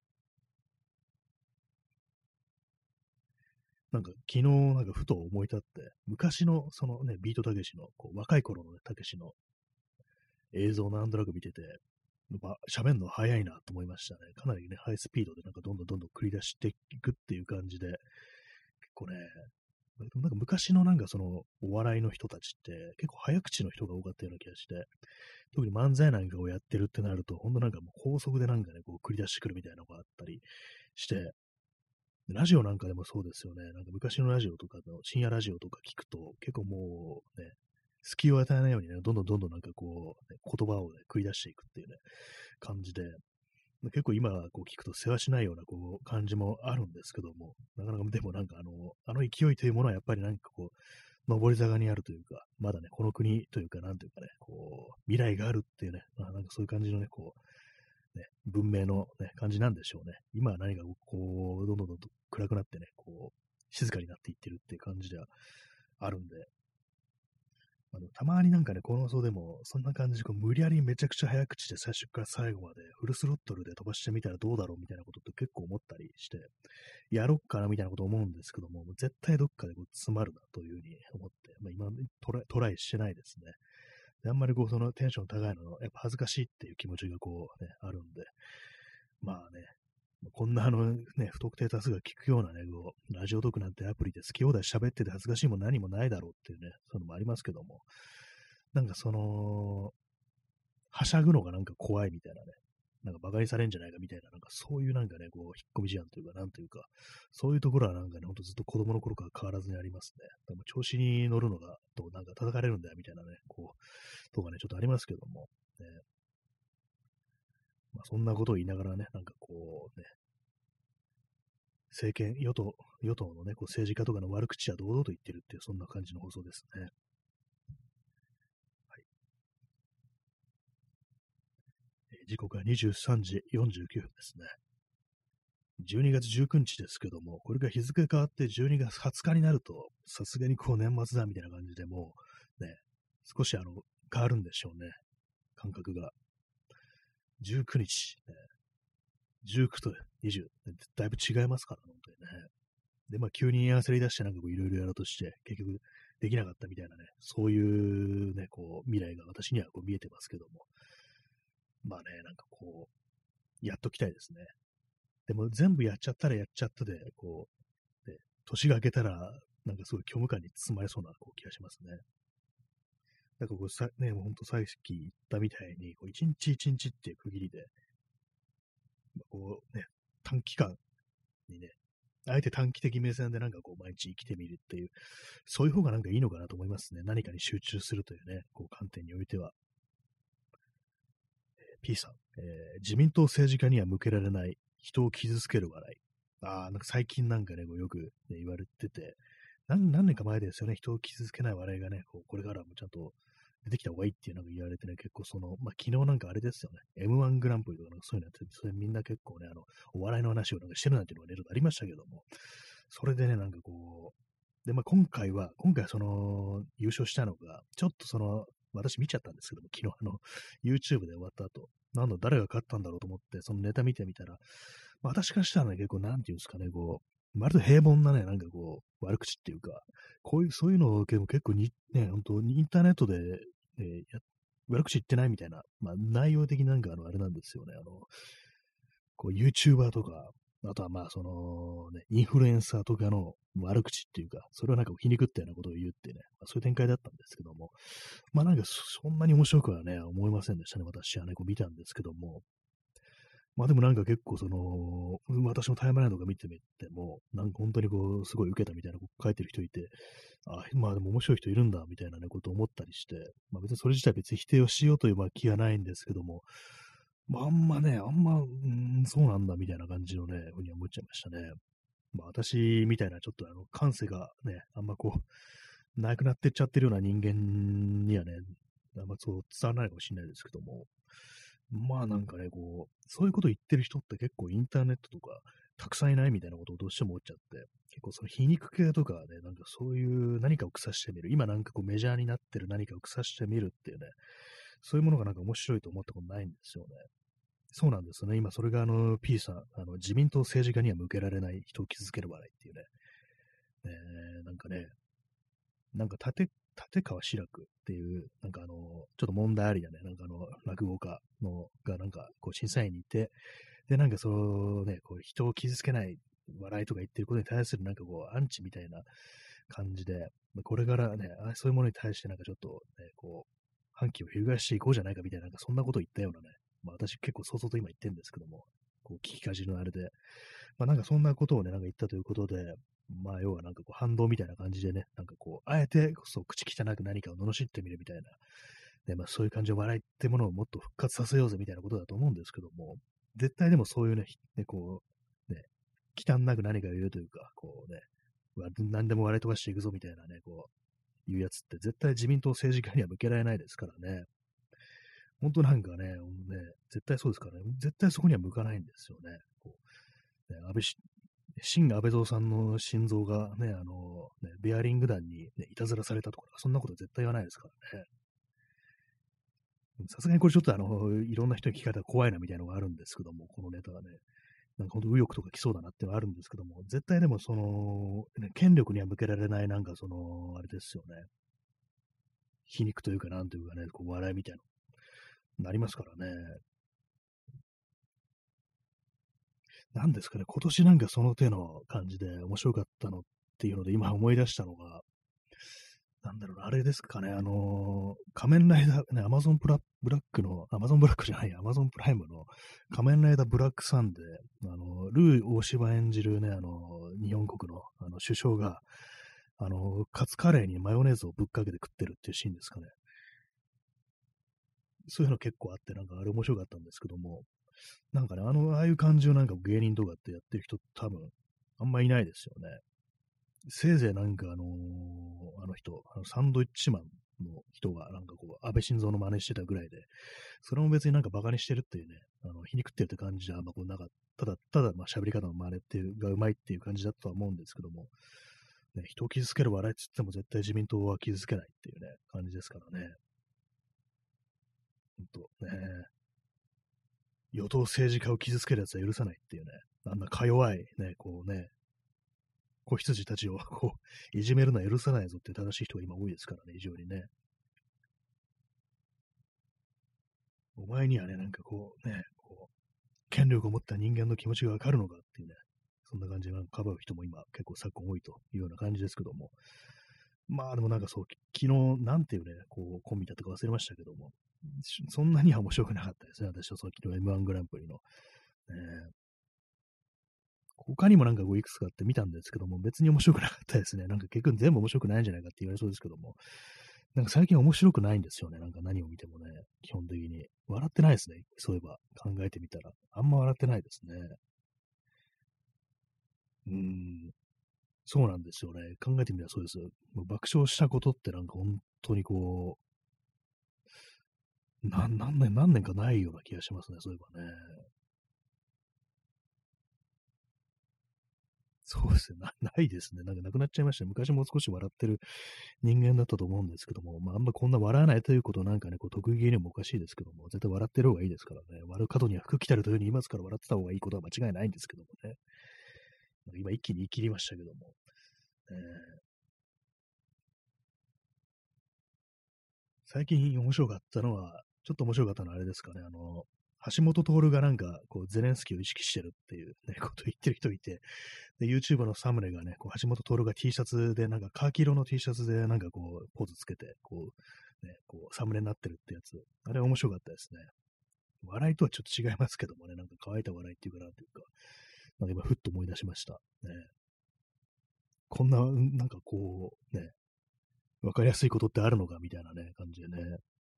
[SPEAKER 1] なんか昨日なんかふと思い立って、昔のそのね、ビートたけしの、こう若い頃のね、たけしの映像をなんとなく見てて、まあ、喋るの早いなと思いましたね。かなりね、ハイスピードでなんかどんどん繰り出していくっていう感じで、結構ね、なんか昔のなんかそのお笑いの人たちって結構早口の人が多かったような気がして、特に漫才なんかをやってるってなると、ほんとなんかもう高速でなんかね、こう繰り出してくるみたいなのがあったりして、ラジオなんかでもそうですよね。なんか昔のラジオとかの深夜ラジオとか聞くと、結構もうね、隙を与えないようにね、どんどんなんかこう、ね、言葉をね、繰り出していくっていうね、感じで、結構今こう聞くと世話しないようなこう感じもあるんですけども、なかなかでもなんかあの勢いというものはやっぱりなんかこう、上り坂にあるというか、まだね、この国というか、なんというかね、こう、未来があるっていうね、まあ、なんかそういう感じのね、こう、ね、文明の、ね、感じなんでしょうね。今は何かこう、どんどん暗くなってね、こう、静かになっていってるっていう感じではあるんで、たまになんかね、この放送でも、そんな感じで、こう無理やりめちゃくちゃ早口で最初から最後までフルスロットルで飛ばしてみたらどうだろうみたいなことって結構思ったりして、やろっかなみたいなこと思うんですけども、もう絶対どっかでこう詰まるなというふうに思って、まあ、今トライしてないですね。であんまりこう、そのテンション高いの、やっぱ恥ずかしいっていう気持ちがこう、ね、あるんで、まあね、こんな不特定多数が聞くようなね、こう、ラジオトークなんてアプリで好き放題喋ってて恥ずかしいも何もないだろうっていうね、そういうのもありますけども、なんかその、はしゃぐのがなんか怖いみたいなね、なんか馬鹿にされんじゃないかみたいな、なんかそういうなんかね、こう、引っ込み思案というか、なんというか、そういうところはなんかね、ほんとずっと子供の頃から変わらずにありますね。でも調子に乗るのが、なんか叩かれるんだよみたいなね、こう、とかね、ちょっとありますけども、ね、まあそんなことを言いながらね、なんかこうね、政権、与党のね、こう政治家とかの悪口は堂々と言ってるっていう、そんな感じの放送ですね。はい。時刻は23時49分ですね。12月19日ですけども、これが日付変わって12月20日になると、さすがにこう年末だみたいな感じでもう、ね、少し変わるんでしょうね。感覚が。19日、ね、19と20、だいぶ違いますから、本当にね。で、まあ、急に焦り出してなんかこういろいろやろうとして、結局できなかったみたいなね、そういうね、こう、未来が私にはこう見えてますけども。まあね、なんかこう、やっときたいですね。でも全部やっちゃったらやっちゃったで、こう、ね、年が明けたら、なんかすごい虚無感に包まれそうなこう気がしますね。なんかこうね、もうほんとさっき言ったみたいに、こう一日一日っていう区切りで、こうね、短期間にね、あえて短期的目線でなんかこう毎日生きてみるっていう、そういう方がなんかいいのかなと思いますね。何かに集中するというね、こう観点においては。 P さん、自民党政治家には向けられない人を傷つける笑い。なんか最近なんかね、こうよく、ね、言われてて、何年か前ですよね、人を傷つけない笑いがね、これからもちゃんと出てきた方がいいっていうのが言われてね、結構昨日なんかあれですよね、M1 グランプリとかなんかそういうのやってて、それみんな結構ね、お笑いの話をなんかしてるなんていうのがね、ちょっとありましたけども、それでね、なんかで、今回優勝したのが、ちょっと私見ちゃったんですけども、昨日YouTube で終わった後、誰が勝ったんだろうと思って、そのネタ見てみたら、私からしたらね、結構なんていうんですかね、まるで平凡なね、なんか悪口っていうか、そういうのを結構本当にインターネットで、悪口言ってないみたいな、内容的になんかあれなんですよね、YouTuber とか、あとはインフルエンサーとかの悪口っていうか、それをなんか皮肉ったようなことを言うってね、そういう展開だったんですけども、なんかそんなに面白くはね、思いませんでしたね、私はね、見たんですけども、でもなんか結構私のタイムラインとか見てみても、なんか本当にすごい受けたみたいなこと書いてる人いて、でも面白い人いるんだ、みたいなね、ことを思ったりして、別にそれ自体別に否定をしようという気はないんですけども、そうなんだ、みたいな感じのね、ふうに思っちゃいましたね。私みたいなちょっと感性がね、あんまなくなってっちゃってるような人間にはね、あんまそう伝わらないかもしれないですけども、なんかね、そういうこと言ってる人って結構インターネットとかたくさんいないみたいなことをどうしても思っちゃって、結構その皮肉系とかね、なんかそういう何かを腐してみる、今なんかメジャーになってる何かを腐してみるっていうね、そういうものがなんか面白いと思ったことないんですよね。そうなんですね。今それがP さん、自民党政治家には向けられない人を傷つける笑いっていうね、なんかね、なんか立川志らくっていう、なんかちょっと問題ありなね、なんか落語家がなんか審査員にいて、で、なんか人を傷つけない笑いとか言ってることに対するなんかアンチみたいな感じで、これからね、そういうものに対してなんかちょっとね、反旗を翻していこうじゃないかみたいな、なんかそんなことを言ったようなね、私結構想像と今言ってるんですけども、聞きかじのあれで、なんかそんなことをね、なんか言ったということで、要はなんか反動みたいな感じでね、なんかあえて口汚く何かを罵ってみるみたいな、ね、そういう感じの笑いってものをもっと復活させようぜみたいなことだと思うんですけども、絶対でもそういうね、汚く何かを言うというか、何でも笑い飛ばしていくぞみたいなね、いうやつって絶対自民党政治家には向けられないですからね。本当なんかね、絶対そうですからね、絶対そこには向かないんですよね。新安倍蔵さんの心臓がね、ベアリング弾に、ね、いたずらされたとか、そんなこと絶対言わないですからね。さすがにこれちょっといろんな人に聞かれたら怖いなみたいなのがあるんですけども、このネタはね、なんか本当右翼とか来そうだなっていうのはあるんですけども、絶対でも権力には向けられないなんかあれですよね、皮肉というかなんというかね、笑いみたいな、なりますからね。なんですかね、今年なんかその手の感じで面白かったのっていうので、今思い出したのが、なんだろうな、あれですかね、仮面ライダー、ね、ブラックの、アマゾンブラックじゃない、アマゾンプライムの仮面ライダーブラックサンデー、ルー大柴演じるね、日本国の、首相が、カツカレーにマヨネーズをぶっかけて食ってるっていうシーンですかね。そういうの結構あって、なんかあれ面白かったんですけども、なんかね、ああいう感じをなんか芸人とかってやってる人多分、あんまいないですよね。せいぜいなんかあの人、サンドイッチマンの人がなんか安倍晋三の真似してたぐらいで、それも別になんかバカにしてるっていうね、皮肉ってるって感じじゃ、なんか、ただ喋り方の真似っていうがうまいっていう感じだとは思うんですけども、ね、人を傷つける笑いっつっても絶対自民党は傷つけないっていうね、感じですからね。ほんと、ね、与党政治家を傷つけるやつは許さないっていうね、あんなか弱いね、子羊たちをいじめるのは許さないぞって正しい人が今多いですからね、非常にね。お前にはね、なんか権力を持った人間の気持ちがわかるのかっていうね、そんな感じでかばう人も今結構昨今多いというような感じですけども。でもなんか昨日、なんていうね、コンビだったか忘れましたけども、そんなには面白くなかったですね、私は昨日 M1 グランプリの。他にもなんかいくつかあって見たんですけども、別に面白くなかったですね。なんか結局全部面白くないんじゃないかって言われそうですけども、 なんか最近面白くないんですよね。なんか何を見てもね、基本的に。笑ってないですね。そういえば、考えてみたら。あんま笑ってないですね。うーん。そうなんですよね。考えてみればそうです。もう爆笑したことってなんか本当にこう、何年かないような気がしますね。そういえばね。そうですね。ないですね。なんかなくなっちゃいましたね。昔もう少し笑ってる人間だったと思うんですけども、まあ、あんまこんな笑わないということなんかね、こう、得意げにもおかしいですけども、絶対笑ってる方がいいですからね。笑う角には服着たるというふうに言いますから、笑ってた方がいいことは間違いないんですけどもね。なんか今一気に言い切りましたけども。えー最近面白かったのは、ちょっと面白かったのはあれですかね、橋本徹がなんか、こう、ゼレンスキーを意識してるっていうね、ことを言ってる人いて、で、YouTube のサムネがね、こう、橋本徹が T シャツで、なんか、カーキ色の T シャツで、なんかこう、ポーズつけて、こう、ね、こう、サムネになってるってやつ。あれ面白かったですね。笑いとはちょっと違いますけどもね、なんか乾いた笑いっていうかなというか、なんか今、ふっと思い出しました。ね、こんな、なんかこう、ね、わかりやすいことってあるのかみたいなね、感じでね。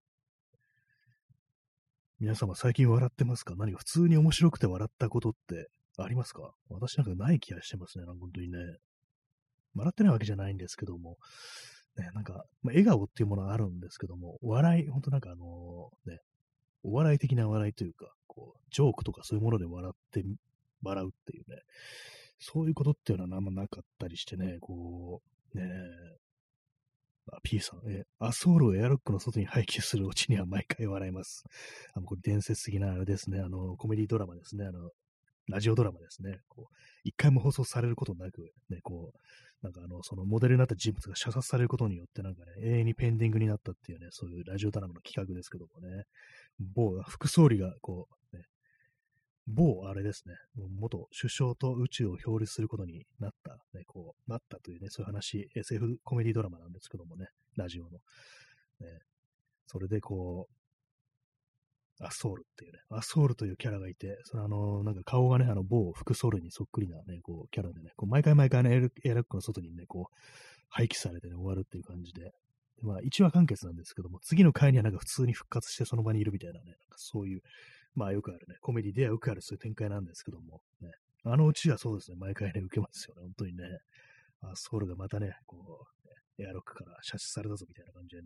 [SPEAKER 1] 皆様最近笑ってますか？何か普通に面白くて笑ったことってありますか？私なんかない気がしてますね、なんか本当にね。笑ってないわけじゃないんですけども、ね、なんか、まあ、笑顔っていうものはあるんですけども、笑い、本当なんかね、お笑い的な笑いというか、こう、ジョークとかそういうもので笑うっていうね、そういうことっていうのはあんまなかったりしてね、こう、ね、P さん、アソールをエアロックの外に廃棄するオチには毎回笑います。これ伝説的なあれですね、コメディドラマですね、ラジオドラマですね。こう、一回も放送されることなく、ね、こう、なんかそのモデルになった人物が射殺されることによって、なんかね、永遠にペンディングになったっていうね、そういうラジオドラマの企画ですけどもね、副総理が、こう、ね、あれですね、元首相と宇宙を表裏することになった、ね、こう、なったというね、そういう話、SF コメディドラマなんですけどもね、ラジオの。ね、それでこう、アソールっていうね、アソールというキャラがいて、そのなんか顔がね、某副ソウルにそっくりなね、こう、キャラでね、こう毎回毎回ね、エアラックの外にね、こう、廃棄されてね、終わるっていう感じで、まあ、1話完結なんですけども、次の回にはなんか普通に復活してその場にいるみたいなね、なんかそういう、まあよくあるね、コメディではよくあるそういう展開なんですけども、ね、あのうちはそうですね、毎回ね、受けますよね、本当にね。ソウルがまたね、こう、エアロックから射出されたぞみたいな感じでね、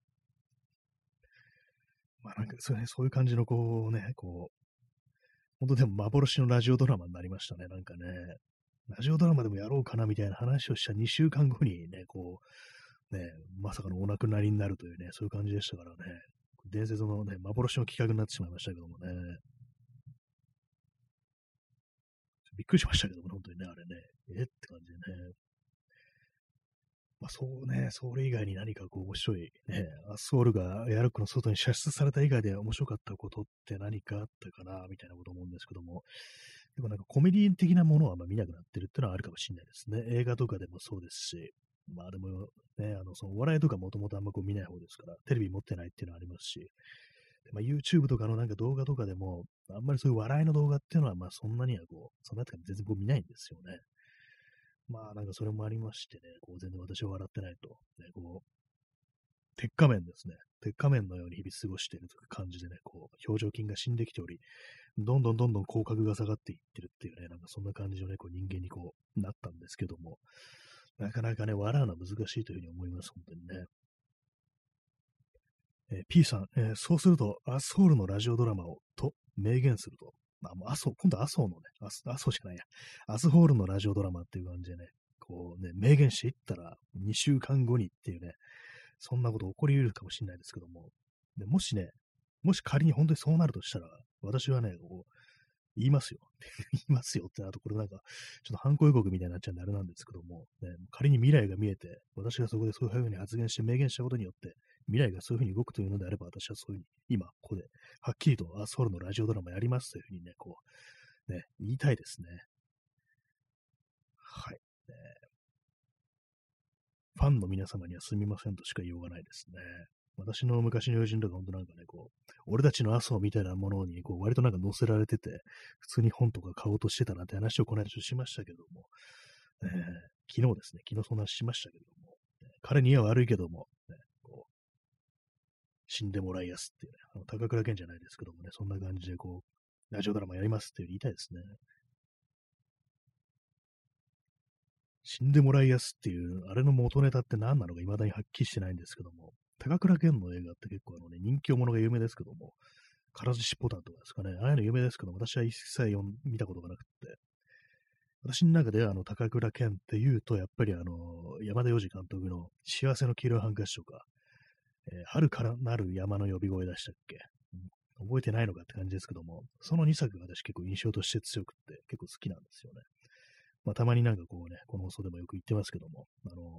[SPEAKER 1] まあなんかそういう感じのこうね、こう、本当でも幻のラジオドラマになりましたね、なんかね。ラジオドラマでもやろうかなみたいな話をした2週間後にね、こう、ね、まさかのお亡くなりになるというね、そういう感じでしたからね。伝説のね、幻の企画になってしまいましたけどもね。びっくりしましたけども、本当にね、あれね。って感じでね。まあそうね、それ以外に何かこう面白いね、アスオールがエアロックの外に射出された以外で面白かったことって何かあったかな、みたいなこと思うんですけども、でもなんかコメディ的なものはあんま見なくなってるっていうのはあるかもしれないですね。映画とかでもそうですし、まあでもね、そのお笑いとかもともとあんまこう見ない方ですから、テレビ持ってないっていうのはありますし、でまあ、YouTube とかのなんか動画とかでも、あんまりそういう笑いの動画っていうのは、まあそんなにはこう、そんなやつか全然こう見ないんですよね。まあなんかそれもありましてね、こう全然私は笑ってないと、ね、こう、鉄仮面ですね。鉄仮面のように日々過ごしているという感じでね、こう、表情筋が死んできており、どんどん口角が下がっていってるっていうね、なんかそんな感じのね、こう人間にこう、なったんですけども、なかなかね、笑うのは難しいというふうに思います、本当にね。P さん、そうすると、アスホールのラジオドラマを、と明言すると、まあ、もう今度アソーのね、アソーじゃないや、アスホールのラジオドラマっていう感じでね、こうね、明言していったら、2週間後にっていうね、そんなこと起こり得るかもしれないですけども、でもしね、もし仮に本当にそうなるとしたら、私はね、こう、言いますよ。言いますよってなると、これなんか、ちょっと反抗予告みたいになっちゃうんであれなんですけども、ね、仮に未来が見えて、私がそこでそういうふうに発言して明言したことによって、未来がそういうふうに動くというのであれば、私はそういうふうに、今、ここで、はっきりと、ソウルのラジオドラマやりますというふうにね、こう、ね、言いたいですね。はい。ファンの皆様にはすみませんとしか言いようがないですね。私の昔の友人とか本当なんかね、こう、俺たちの麻生みたいなものに、こう、割となんか載せられてて、普通に本とか買おうとしてたなんて話をこの間しましたけども、昨日ですね、昨日そんな話しましたけども、彼には悪いけども、ね、こう死んでもらいやすっていうね、高倉健じゃないですけどもね、そんな感じでこう、ラジオドラマやりますっていう言いたいですね。死んでもらいやすっていう、あれの元ネタって何なのか未だにはっきりしてないんですけども、高倉健の映画って結構人気者が有名ですけども、唐獅子ポタンとかですかね、ああいうの有名ですけども、私は一切見たことがなくて、私の中では高倉健っていうと、やっぱり山田洋次監督の幸せの黄色いハンカチとか、春からなる山の呼び声でしたっけ、覚えてないのかって感じですけども、その2作が私結構印象として強くって結構好きなんですよね。まあ、たまになんかこうね、この放送でもよく言ってますけども、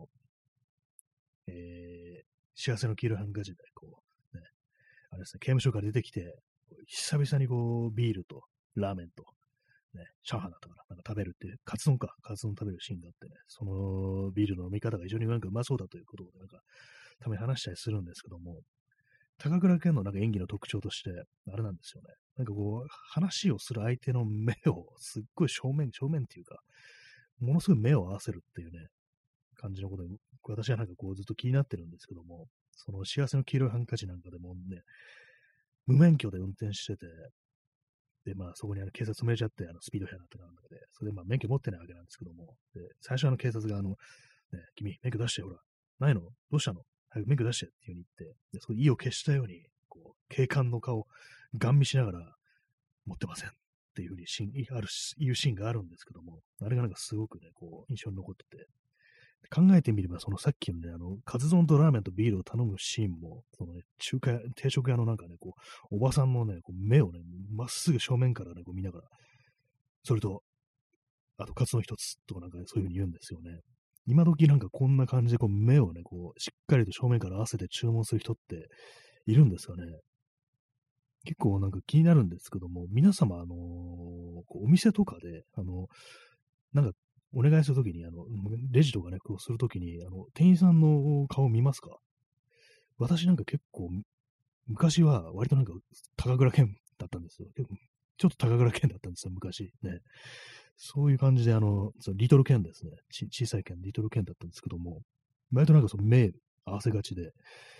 [SPEAKER 1] 幸せの黄色いハンカチで、こう、ね、あれですね、刑務所から出てきて、久々にこう、ビールとラーメンと、ね、チャーハンだったかな、なんか食べるって、カツ丼食べるシーンがあってね、そのビールの飲み方が非常になんかうまそうだということで、なんか、たまに話したりするんですけども、高倉健のなんか演技の特徴として、あれなんですよね。なんかこう、話をする相手の目をすっごい正面っていうか、ものすごい目を合わせるっていうね、感じのことに、私はなんかこうずっと気になってるんですけども、その幸せの黄色いハンカチなんかでもね、無免許で運転してて、で、まあそこに警察止めちゃって、スピード違反だったかなんだかで、それでまあ免許持ってないわけなんですけども、で、最初警察がね、君、免許出してよ、ほら。ないのどうしたの早く免許出してっていう風に言って、で、その意を消したように、こう、警官の顔、ガン見しながら、持ってませんっていう風に言うシーンがあるんですけども、あれがなんかすごくね、こう、印象に残ってて、考えてみれば、そのさっきのね、カツ丼とラーメンとビールを頼むシーンも、そのね、定食屋のなんかね、こう、おばさんのね、こう目をね、まっすぐ正面からね、こう見ながら、それと、あとカツ丼一つとかなんかね、そういう風に言うんですよね。今時なんかこんな感じでこう目をね、こう、しっかりと正面から合わせて注文する人っているんですかね。結構なんか気になるんですけども、皆様、こうお店とかで、なんかお願いするときに、レジとかね、こうするときに、店員さんの顔見ますか？私なんか結構、昔は割となんか高倉健だったんですよ。結構ちょっと高倉健だったんですよ、昔。ね。そういう感じで、そのリトルケンですね。小さい剣、リトルケンだったんですけども、割となんかその目合わせがちで、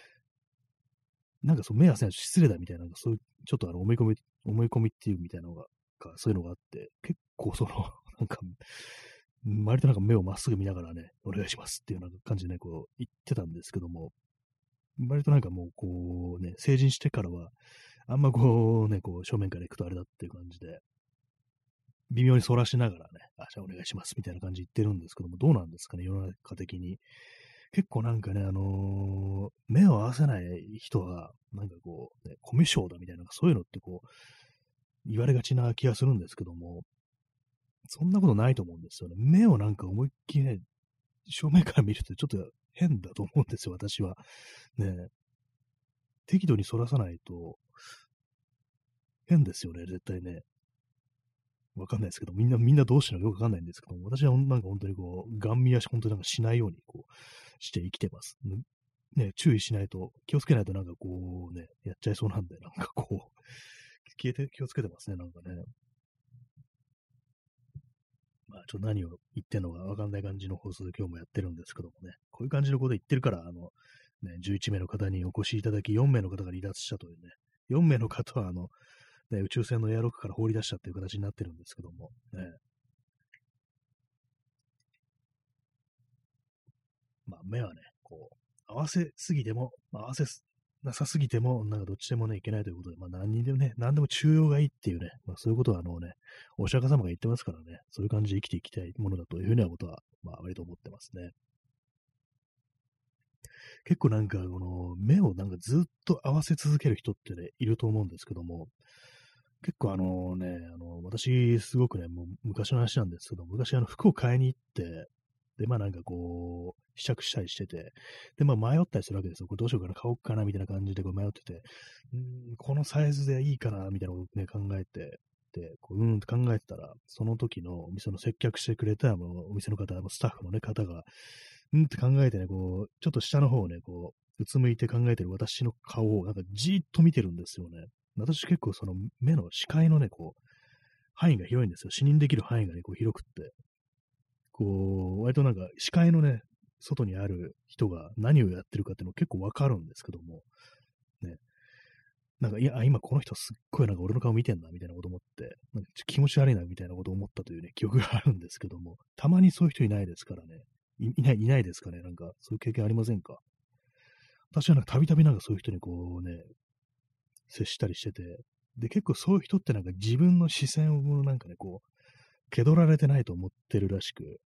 [SPEAKER 1] なんかその目合わせが失礼だみたいな、そういう、ちょっと思い込みっていうみたいなのが、そういうのがあって、結構その、なんか、割となんか目をまっすぐ見ながらね、お願いしますっていうような感じでね、こう言ってたんですけども、割となんかもうこうね、成人してからは、あんまこうね、こう正面から行くとあれだっていう感じで、微妙に反らしながらね、じゃあお願いしますみたいな感じで言ってるんですけども、どうなんですかね、世の中的に。結構なんかね、目を合わせない人は、なんかこう、ね、コミュ障だみたいな、そういうのってこう、言われがちな気がするんですけども、そんなことないと思うんですよね。目をなんか思いっきりね、正面から見るとちょっと変だと思うんですよ、私は。ね、適度に反らさないと変ですよね、絶対ね。わかんないですけど、みんなどうしてるのかよくわかんないんですけども、私はなんか本当にこう、ガン見は本当になんかしないようにこう、して生きてます。ね、注意しないと、気をつけないとなんかこうね、やっちゃいそうなんで、なんかこう、気をつけてますね、なんかね。まあ、ちょっと何を言ってんのかわかんない感じの放送で今日もやってるんですけどもね、こういう感じのこと言ってるから、ね、11名の方にお越しいただき、4名の方が離脱したというね、4名の方はね、宇宙船のエアロックから放り出したっていう形になってるんですけども、ね、まあ、目はね、こう、合わせすぎても、合わせなさすぎても、なんかどっちでもね、いけないということで、まあ、何にでもね、何でも中庸がいいっていうね、まあ、そういうことはね、お釈迦様が言ってますからね、そういう感じで生きていきたいものだというふうなことは、まあ、割と思ってますね。結構なんか、この、目をなんかずっと合わせ続ける人ってね、いると思うんですけども、結構私、すごくね、もう昔の話なんですけど、昔服を買いに行って、で、まあなんかこう、試着したりしてて、で、まあ迷ったりするわけですよ。これどうしようかな、買おうかな、みたいな感じでこう迷ってて、このサイズでいいかな、みたいなことをね、考えて、で、こう、って考えてたら、その時のお店の接客してくれた、お店の方、スタッフのね、方が、って考えてね、こう、ちょっと下の方をね、こう、うつむいて考えてる私の顔を、なんかじーっと見てるんですよね。私結構その目の視界のね、こう、範囲が広いんですよ。視認できる範囲がね、こう広くって。こう、割となんか視界のね、外にある人が何をやってるかっていうの結構わかるんですけども、ね、 なんか、いや、今この人すっごいなんか俺の顔見てんな、みたいなこと思って、なんか気持ち悪いな、みたいなこと思ったというね、記憶があるんですけども、たまにそういう人いないですからね。いないですかね。なんか、そういう経験ありませんか？私はなんかたびたびなんかそういう人にこうね、接したりしてて、で、結構そういう人ってなんか自分の視線をなんかね、こう、気取られてないと思ってるらしく、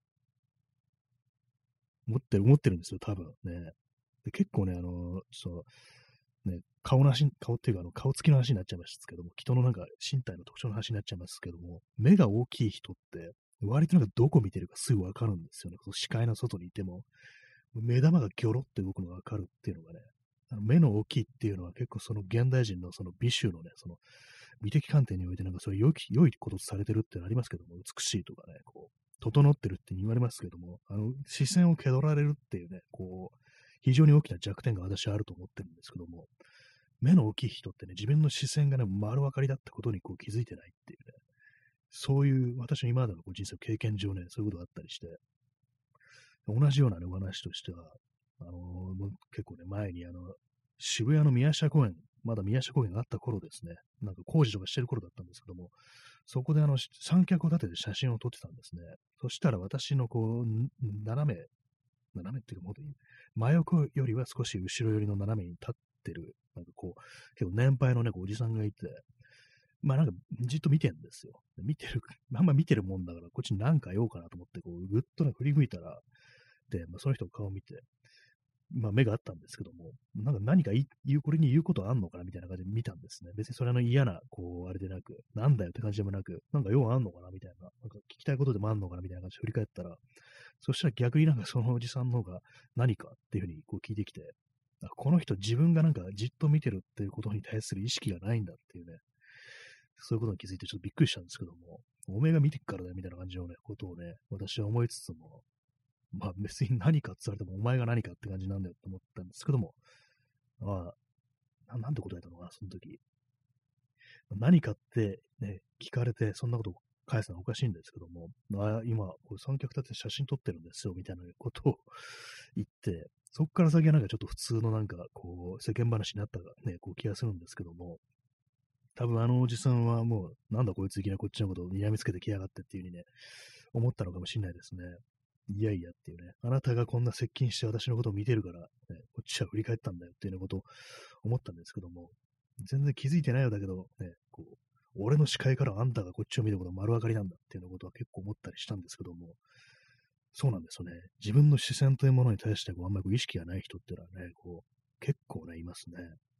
[SPEAKER 1] 思ってるんですよ、多分ね。で、結構ね、ね、顔っていうか、顔つきの話になっちゃいますけども、人のなんか身体の特徴の話になっちゃいますけども、目が大きい人って、割となんかどこ見てるかすぐわかるんですよね。こう視界の外にいても、目玉がギョロって動くのがわかるっていうのがね、目の大きいっていうのは結構その現代人のその美醜のね、その美的観点においてなんかそれ良いこととされてるってのありますけども、美しいとかね、こう、整ってるって言われますけども、視線を気取られるっていうね、こう、非常に大きな弱点が私はあると思ってるんですけども、目の大きい人ってね、自分の視線がね、丸分かりだったことにこう気づいてないっていうね、そういう私の今までのこう人生の経験上ね、そういうことがあったりして、同じようなね、お話としては、もう結構ね、前に渋谷の宮下公園、まだ宮下公園があった頃ですね、なんか工事とかしてる頃だったんですけども、そこで三脚を立てて写真を撮ってたんですね。そしたら私のこう、斜めっていうか、もっと真横よりは少し後ろ寄りの斜めに立ってる、なんかこう、結構年配のね、こうおじさんがいて、まあなんかじっと見てんですよ。あんま見てるもんだから、こっちに何か言おうかなと思って、こう、ぐっとね、振り向いたら、で、まあ、その人の顔を見て、まあ目があったんですけども、なんか何かこれに言うことあんのかなみたいな感じで見たんですね。別にそれの嫌な、こう、あれでなく、なんだよって感じでもなく、なんか用あんのかなみたいな、なんか聞きたいことでもあんのかなみたいな感じで振り返ったら、そしたら逆になんかそのおじさんの方が何かっていうふうにこう聞いてきて、この人自分がなんかじっと見てるっていうことに対する意識がないんだっていうね、そういうことに気づいてちょっとびっくりしたんですけども、おめえが見てっからだよみたいな感じのね、ことをね、私は思いつつも、まあ別に何かって言われてもお前が何かって感じなんだよって思ったんですけども、あなんて答えたのかな、その時。何かってね、聞かれて、そんなことを返すのはおかしいんですけども、今、これ三脚立てて写真撮ってるんですよ、みたいなことを言って、そこから先はなんかちょっと普通のなんか、こう、世間話になったね、こう気がするんですけども、多分あのおじさんはもう、なんだこいついきなりこっちのことを睨みつけてきやがってっていう風にね、思ったのかもしれないですね。いやいやっていうね、あなたがこんな接近して私のことを見てるから、ね、こっちは振り返ったんだよっていうようなことを思ったんですけども、全然気づいてないようだけど、ね、こう、俺の視界からあんたがこっちを見ることは丸分かりなんだっていうようなことは結構思ったりしたんですけども、そうなんですよね。自分の視線というものに対してこうあんまりこう意識がない人っていうのはね、こう、結構ね、いますね。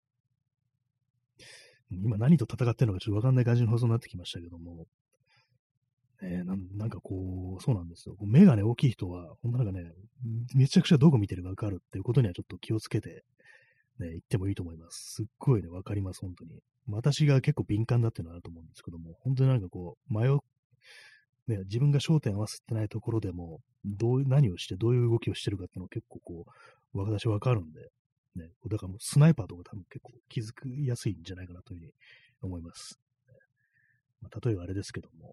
[SPEAKER 1] 今何と戦ってるのかちょっとわかんない感じの放送になってきましたけども、なんかこう、そうなんですよ。目がね、大きい人は、ほんとなんかね、めちゃくちゃどこ見てるかわかるっていうことにはちょっと気をつけて、ね、言ってもいいと思います。すっごいね、わかります、本当に。私が結構敏感だっていうのはあると思うんですけども、本当になんかこう、ね、自分が焦点合わせてないところでも、何をして、どういう動きをしてるかっていうのを結構こう、私わかるんで、ね、だからもうスナイパーとか多分結構気づきやすいんじゃないかなというふうに思います。まあ、例えばあれですけども、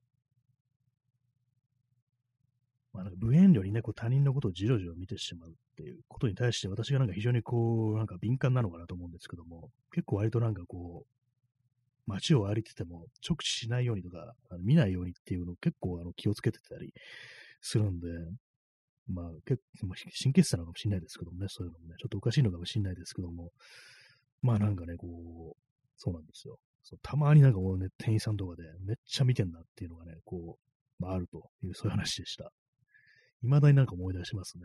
[SPEAKER 1] まあ、なんか無遠慮にね、こう他人のことをじろじろ見てしまうっていうことに対して私がなんか非常にこう、なんか敏感なのかなと思うんですけども、結構割となんかこう、街を歩いてても直視しないようにとか、見ないようにっていうのを結構気をつけてたりするんで、まあ結構、神経質なのかもしれないですけどもね、そういうのもね、ちょっとおかしいのかもしれないですけども、まあなんかね、こう、そうなんですよ。たまになんかこうね、店員さんとかでめっちゃ見てんなっていうのがね、こう、まああるという、そういう話でした。未だになんか思い出しますね。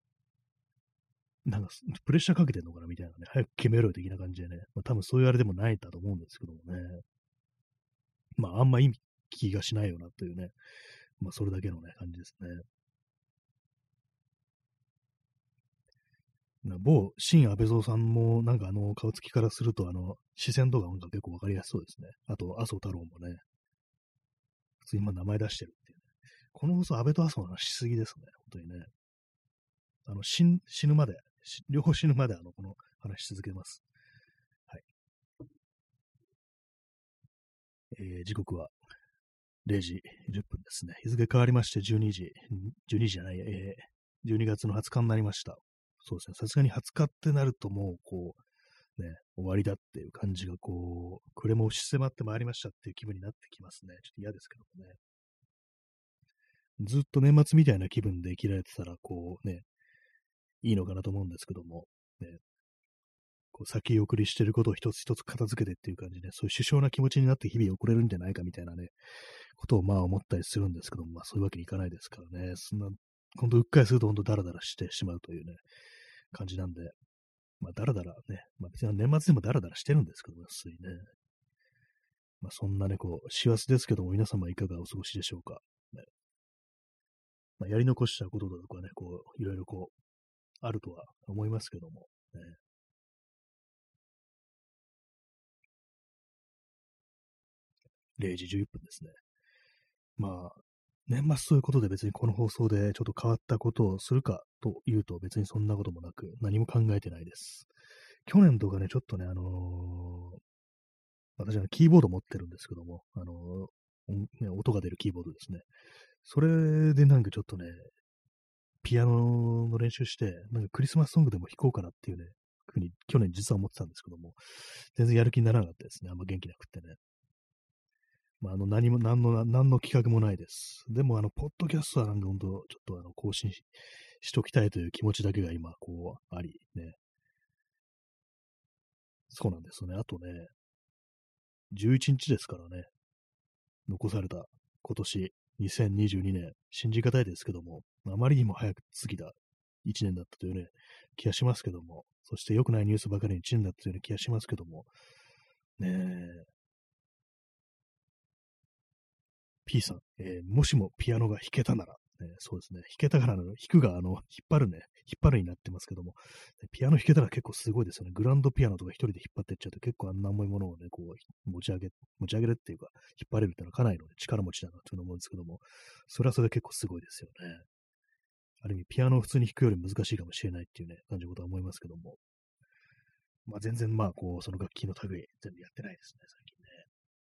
[SPEAKER 1] なんか、プレッシャーかけてんのかなみたいなね、早く決めろよ的な感じでね、まあ多分そういうあれでもないんだと思うんですけどもね。まああんまいい気がしないよなというね、まあそれだけのね、感じですね。某新安倍蔵さんも、なんか顔つきからすると、視線とかなんか結構わかりやすそうですね。あと、麻生太郎もね、普通に今名前出してるっていうね。この放送、安倍と麻生の話しすぎですね。本当にね。死ぬまで、両方死ぬまで、この話し続けます。はい。時刻は0時10分ですね。日付変わりまして12時じゃない、12月の20日になりました。そうですね。さすがに20日ってなるともう、こう、ね、 終わりだっていう感じがこう、暮れも押し迫ってまいりましたっていう気分になってきますね。ちょっと嫌ですけどもね。ずっと年末みたいな気分で生きられてたら、こうね、いいのかなと思うんですけども、ね、こう先送りしてることを一つ一つ片付けてっていう感じで、そういう殊勝な気持ちになって日々送れるんじゃないかみたいなね、ことをまあ思ったりするんですけども、まあそういうわけにいかないですからね、そんな、ほんとうっかりするとほんとダラダラしてしまうというね、感じなんで、まあダラダラね、まあ別に年末でもダラダラしてるんですけども、普通にね。まあそんなね、こう、師走ですけども、皆様いかがお過ごしでしょうか。ね、まあ、やり残したことだとかね、こう、いろいろこう、あるとは思いますけども、ね、0時11分ですね。まあ、年末ということで別にこの放送でちょっと変わったことをするかというと別にそんなこともなく何も考えてないです。去年とかね、ちょっとね、私はキーボード持ってるんですけども、ね、音が出るキーボードですね。それでなんかちょっとね、ピアノの練習して、なんかクリスマスソングでも弾こうかなっていうね、ふうに去年実は思ってたんですけども、全然やる気にならなかったですね。あんま元気なくってね。まあ、何の企画もないです。でも、ポッドキャストはなんか本当、ちょっと更新しときたいという気持ちだけが今、こう、あり、ね。そうなんですよね。あとね、11日ですからね、残された今年、2022年、信じがたいですけども、あまりにも早く過ぎた1年だったというね、気がしますけども、そして良くないニュースばかりに1年だったというような気がしますけども、ねえ、P さん、もしもピアノが弾けたなら、そうですね、弾けたから弾くが、引っ張るね、引っ張るになってますけども、ピアノ弾けたら結構すごいですよね。グランドピアノとか一人で引っ張っていっちゃうと結構あんな重いものをね、こう、持ち上げるっていうか、引っ張れるっていうのはかなりの、ね、力持ちだなというのを思うんですけども、それはそれで結構すごいですよね。ある意味、ピアノを普通に弾くより難しいかもしれないっていうね、感じのことは思いますけども、まあ全然まあ、こう、その楽器の類、全部やってないですね、最近ね。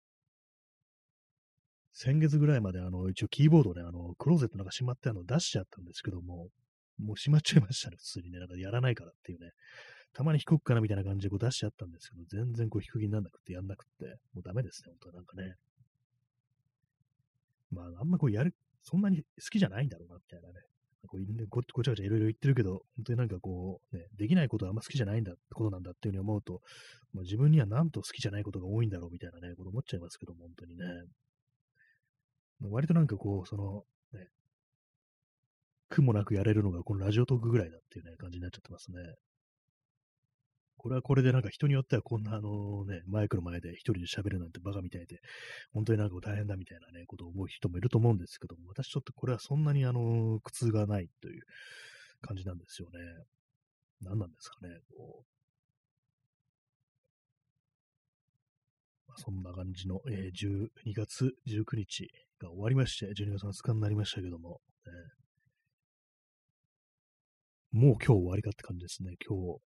[SPEAKER 1] 先月ぐらいまで一応キーボードでクローゼットなんかしまって出しちゃったんですけども、もうしまっちゃいましたね、普通にね。なんかやらないからっていうね。たまに弾こっかなみたいな感じでこう出しちゃったんですけど、全然こう弾く気にならなくてやんなくって、もうダメですね、本当なんかね。まあ、あんまこうそんなに好きじゃないんだろうな、みたいなね。こうごちゃごちゃいろいろ言ってるけど、本当になんかこう、ね、できないことはあんま好きじゃないんだってことなんだっていうふうに思うと、もう自分にはなんと好きじゃないことが多いんだろうみたいなね、こと思っちゃいますけども、本当にね。割となんかこう、ね、苦もなくやれるのがこのラジオトークぐらいだっていうね、感じになっちゃってますね。これはこれでなんか人によってはこんなね、マイクの前で一人で喋るなんてバカみたいで、本当になんか大変だみたいなね、ことを思う人もいると思うんですけども、私ちょっとこれはそんなに苦痛がないという感じなんですよね。何なんですかね。こうまあ、そんな感じの、12月19日が終わりまして、12月20日になりましたけども、もう今日終わりかって感じですね。今日、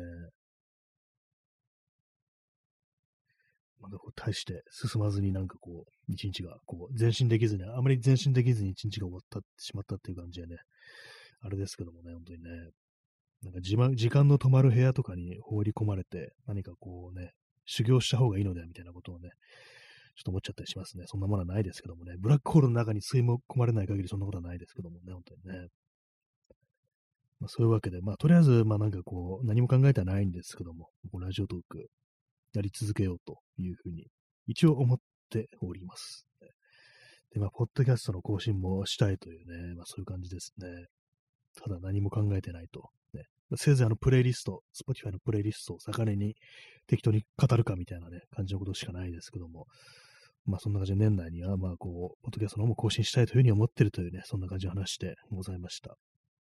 [SPEAKER 1] まだこう大して進まずになんかこう、一日がこう、前進できずに、あまり前進できずに一日が終わってしまったっていう感じでね、あれですけどもね、本当にね、なんか時間の止まる部屋とかに放り込まれて、何かこうね、修行した方がいいのではみたいなことをね、ちょっと思っちゃったりしますね。そんなものはないですけどもね、ブラックホールの中に吸い込まれない限りそんなことはないですけどもね、本当にね。まあ、そういうわけで、まあ、とりあえず、まあ、なんかこう、何も考えてはないんですけども、こうラジオトークやり続けようというふうに、一応思っております。で、まあ、ポッドキャストの更新もしたいというね、まあ、そういう感じですね。ただ何も考えてないと。ね、せいぜいプレイリスト、Spotify のプレイリストを盛りに適当に語るかみたいなね、感じのことしかないですけども、まあそんな感じで年内には、まあこう、ポッドキャストの方も更新したいというふうに思ってるというね、そんな感じの話でございました。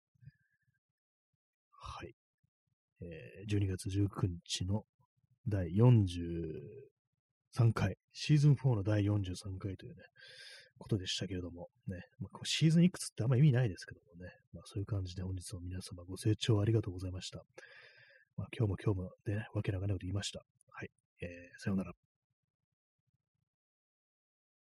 [SPEAKER 1] はい。12月19日の第43回、シーズン4の第43回というね、ことでしたけれども、ね、まあ、シーズンいくつってあんま意味ないですけどもね、まあそういう感じで本日も皆様ご清聴ありがとうございました。まあ今日もね、わけなかなこと言いました。はい。さようなら。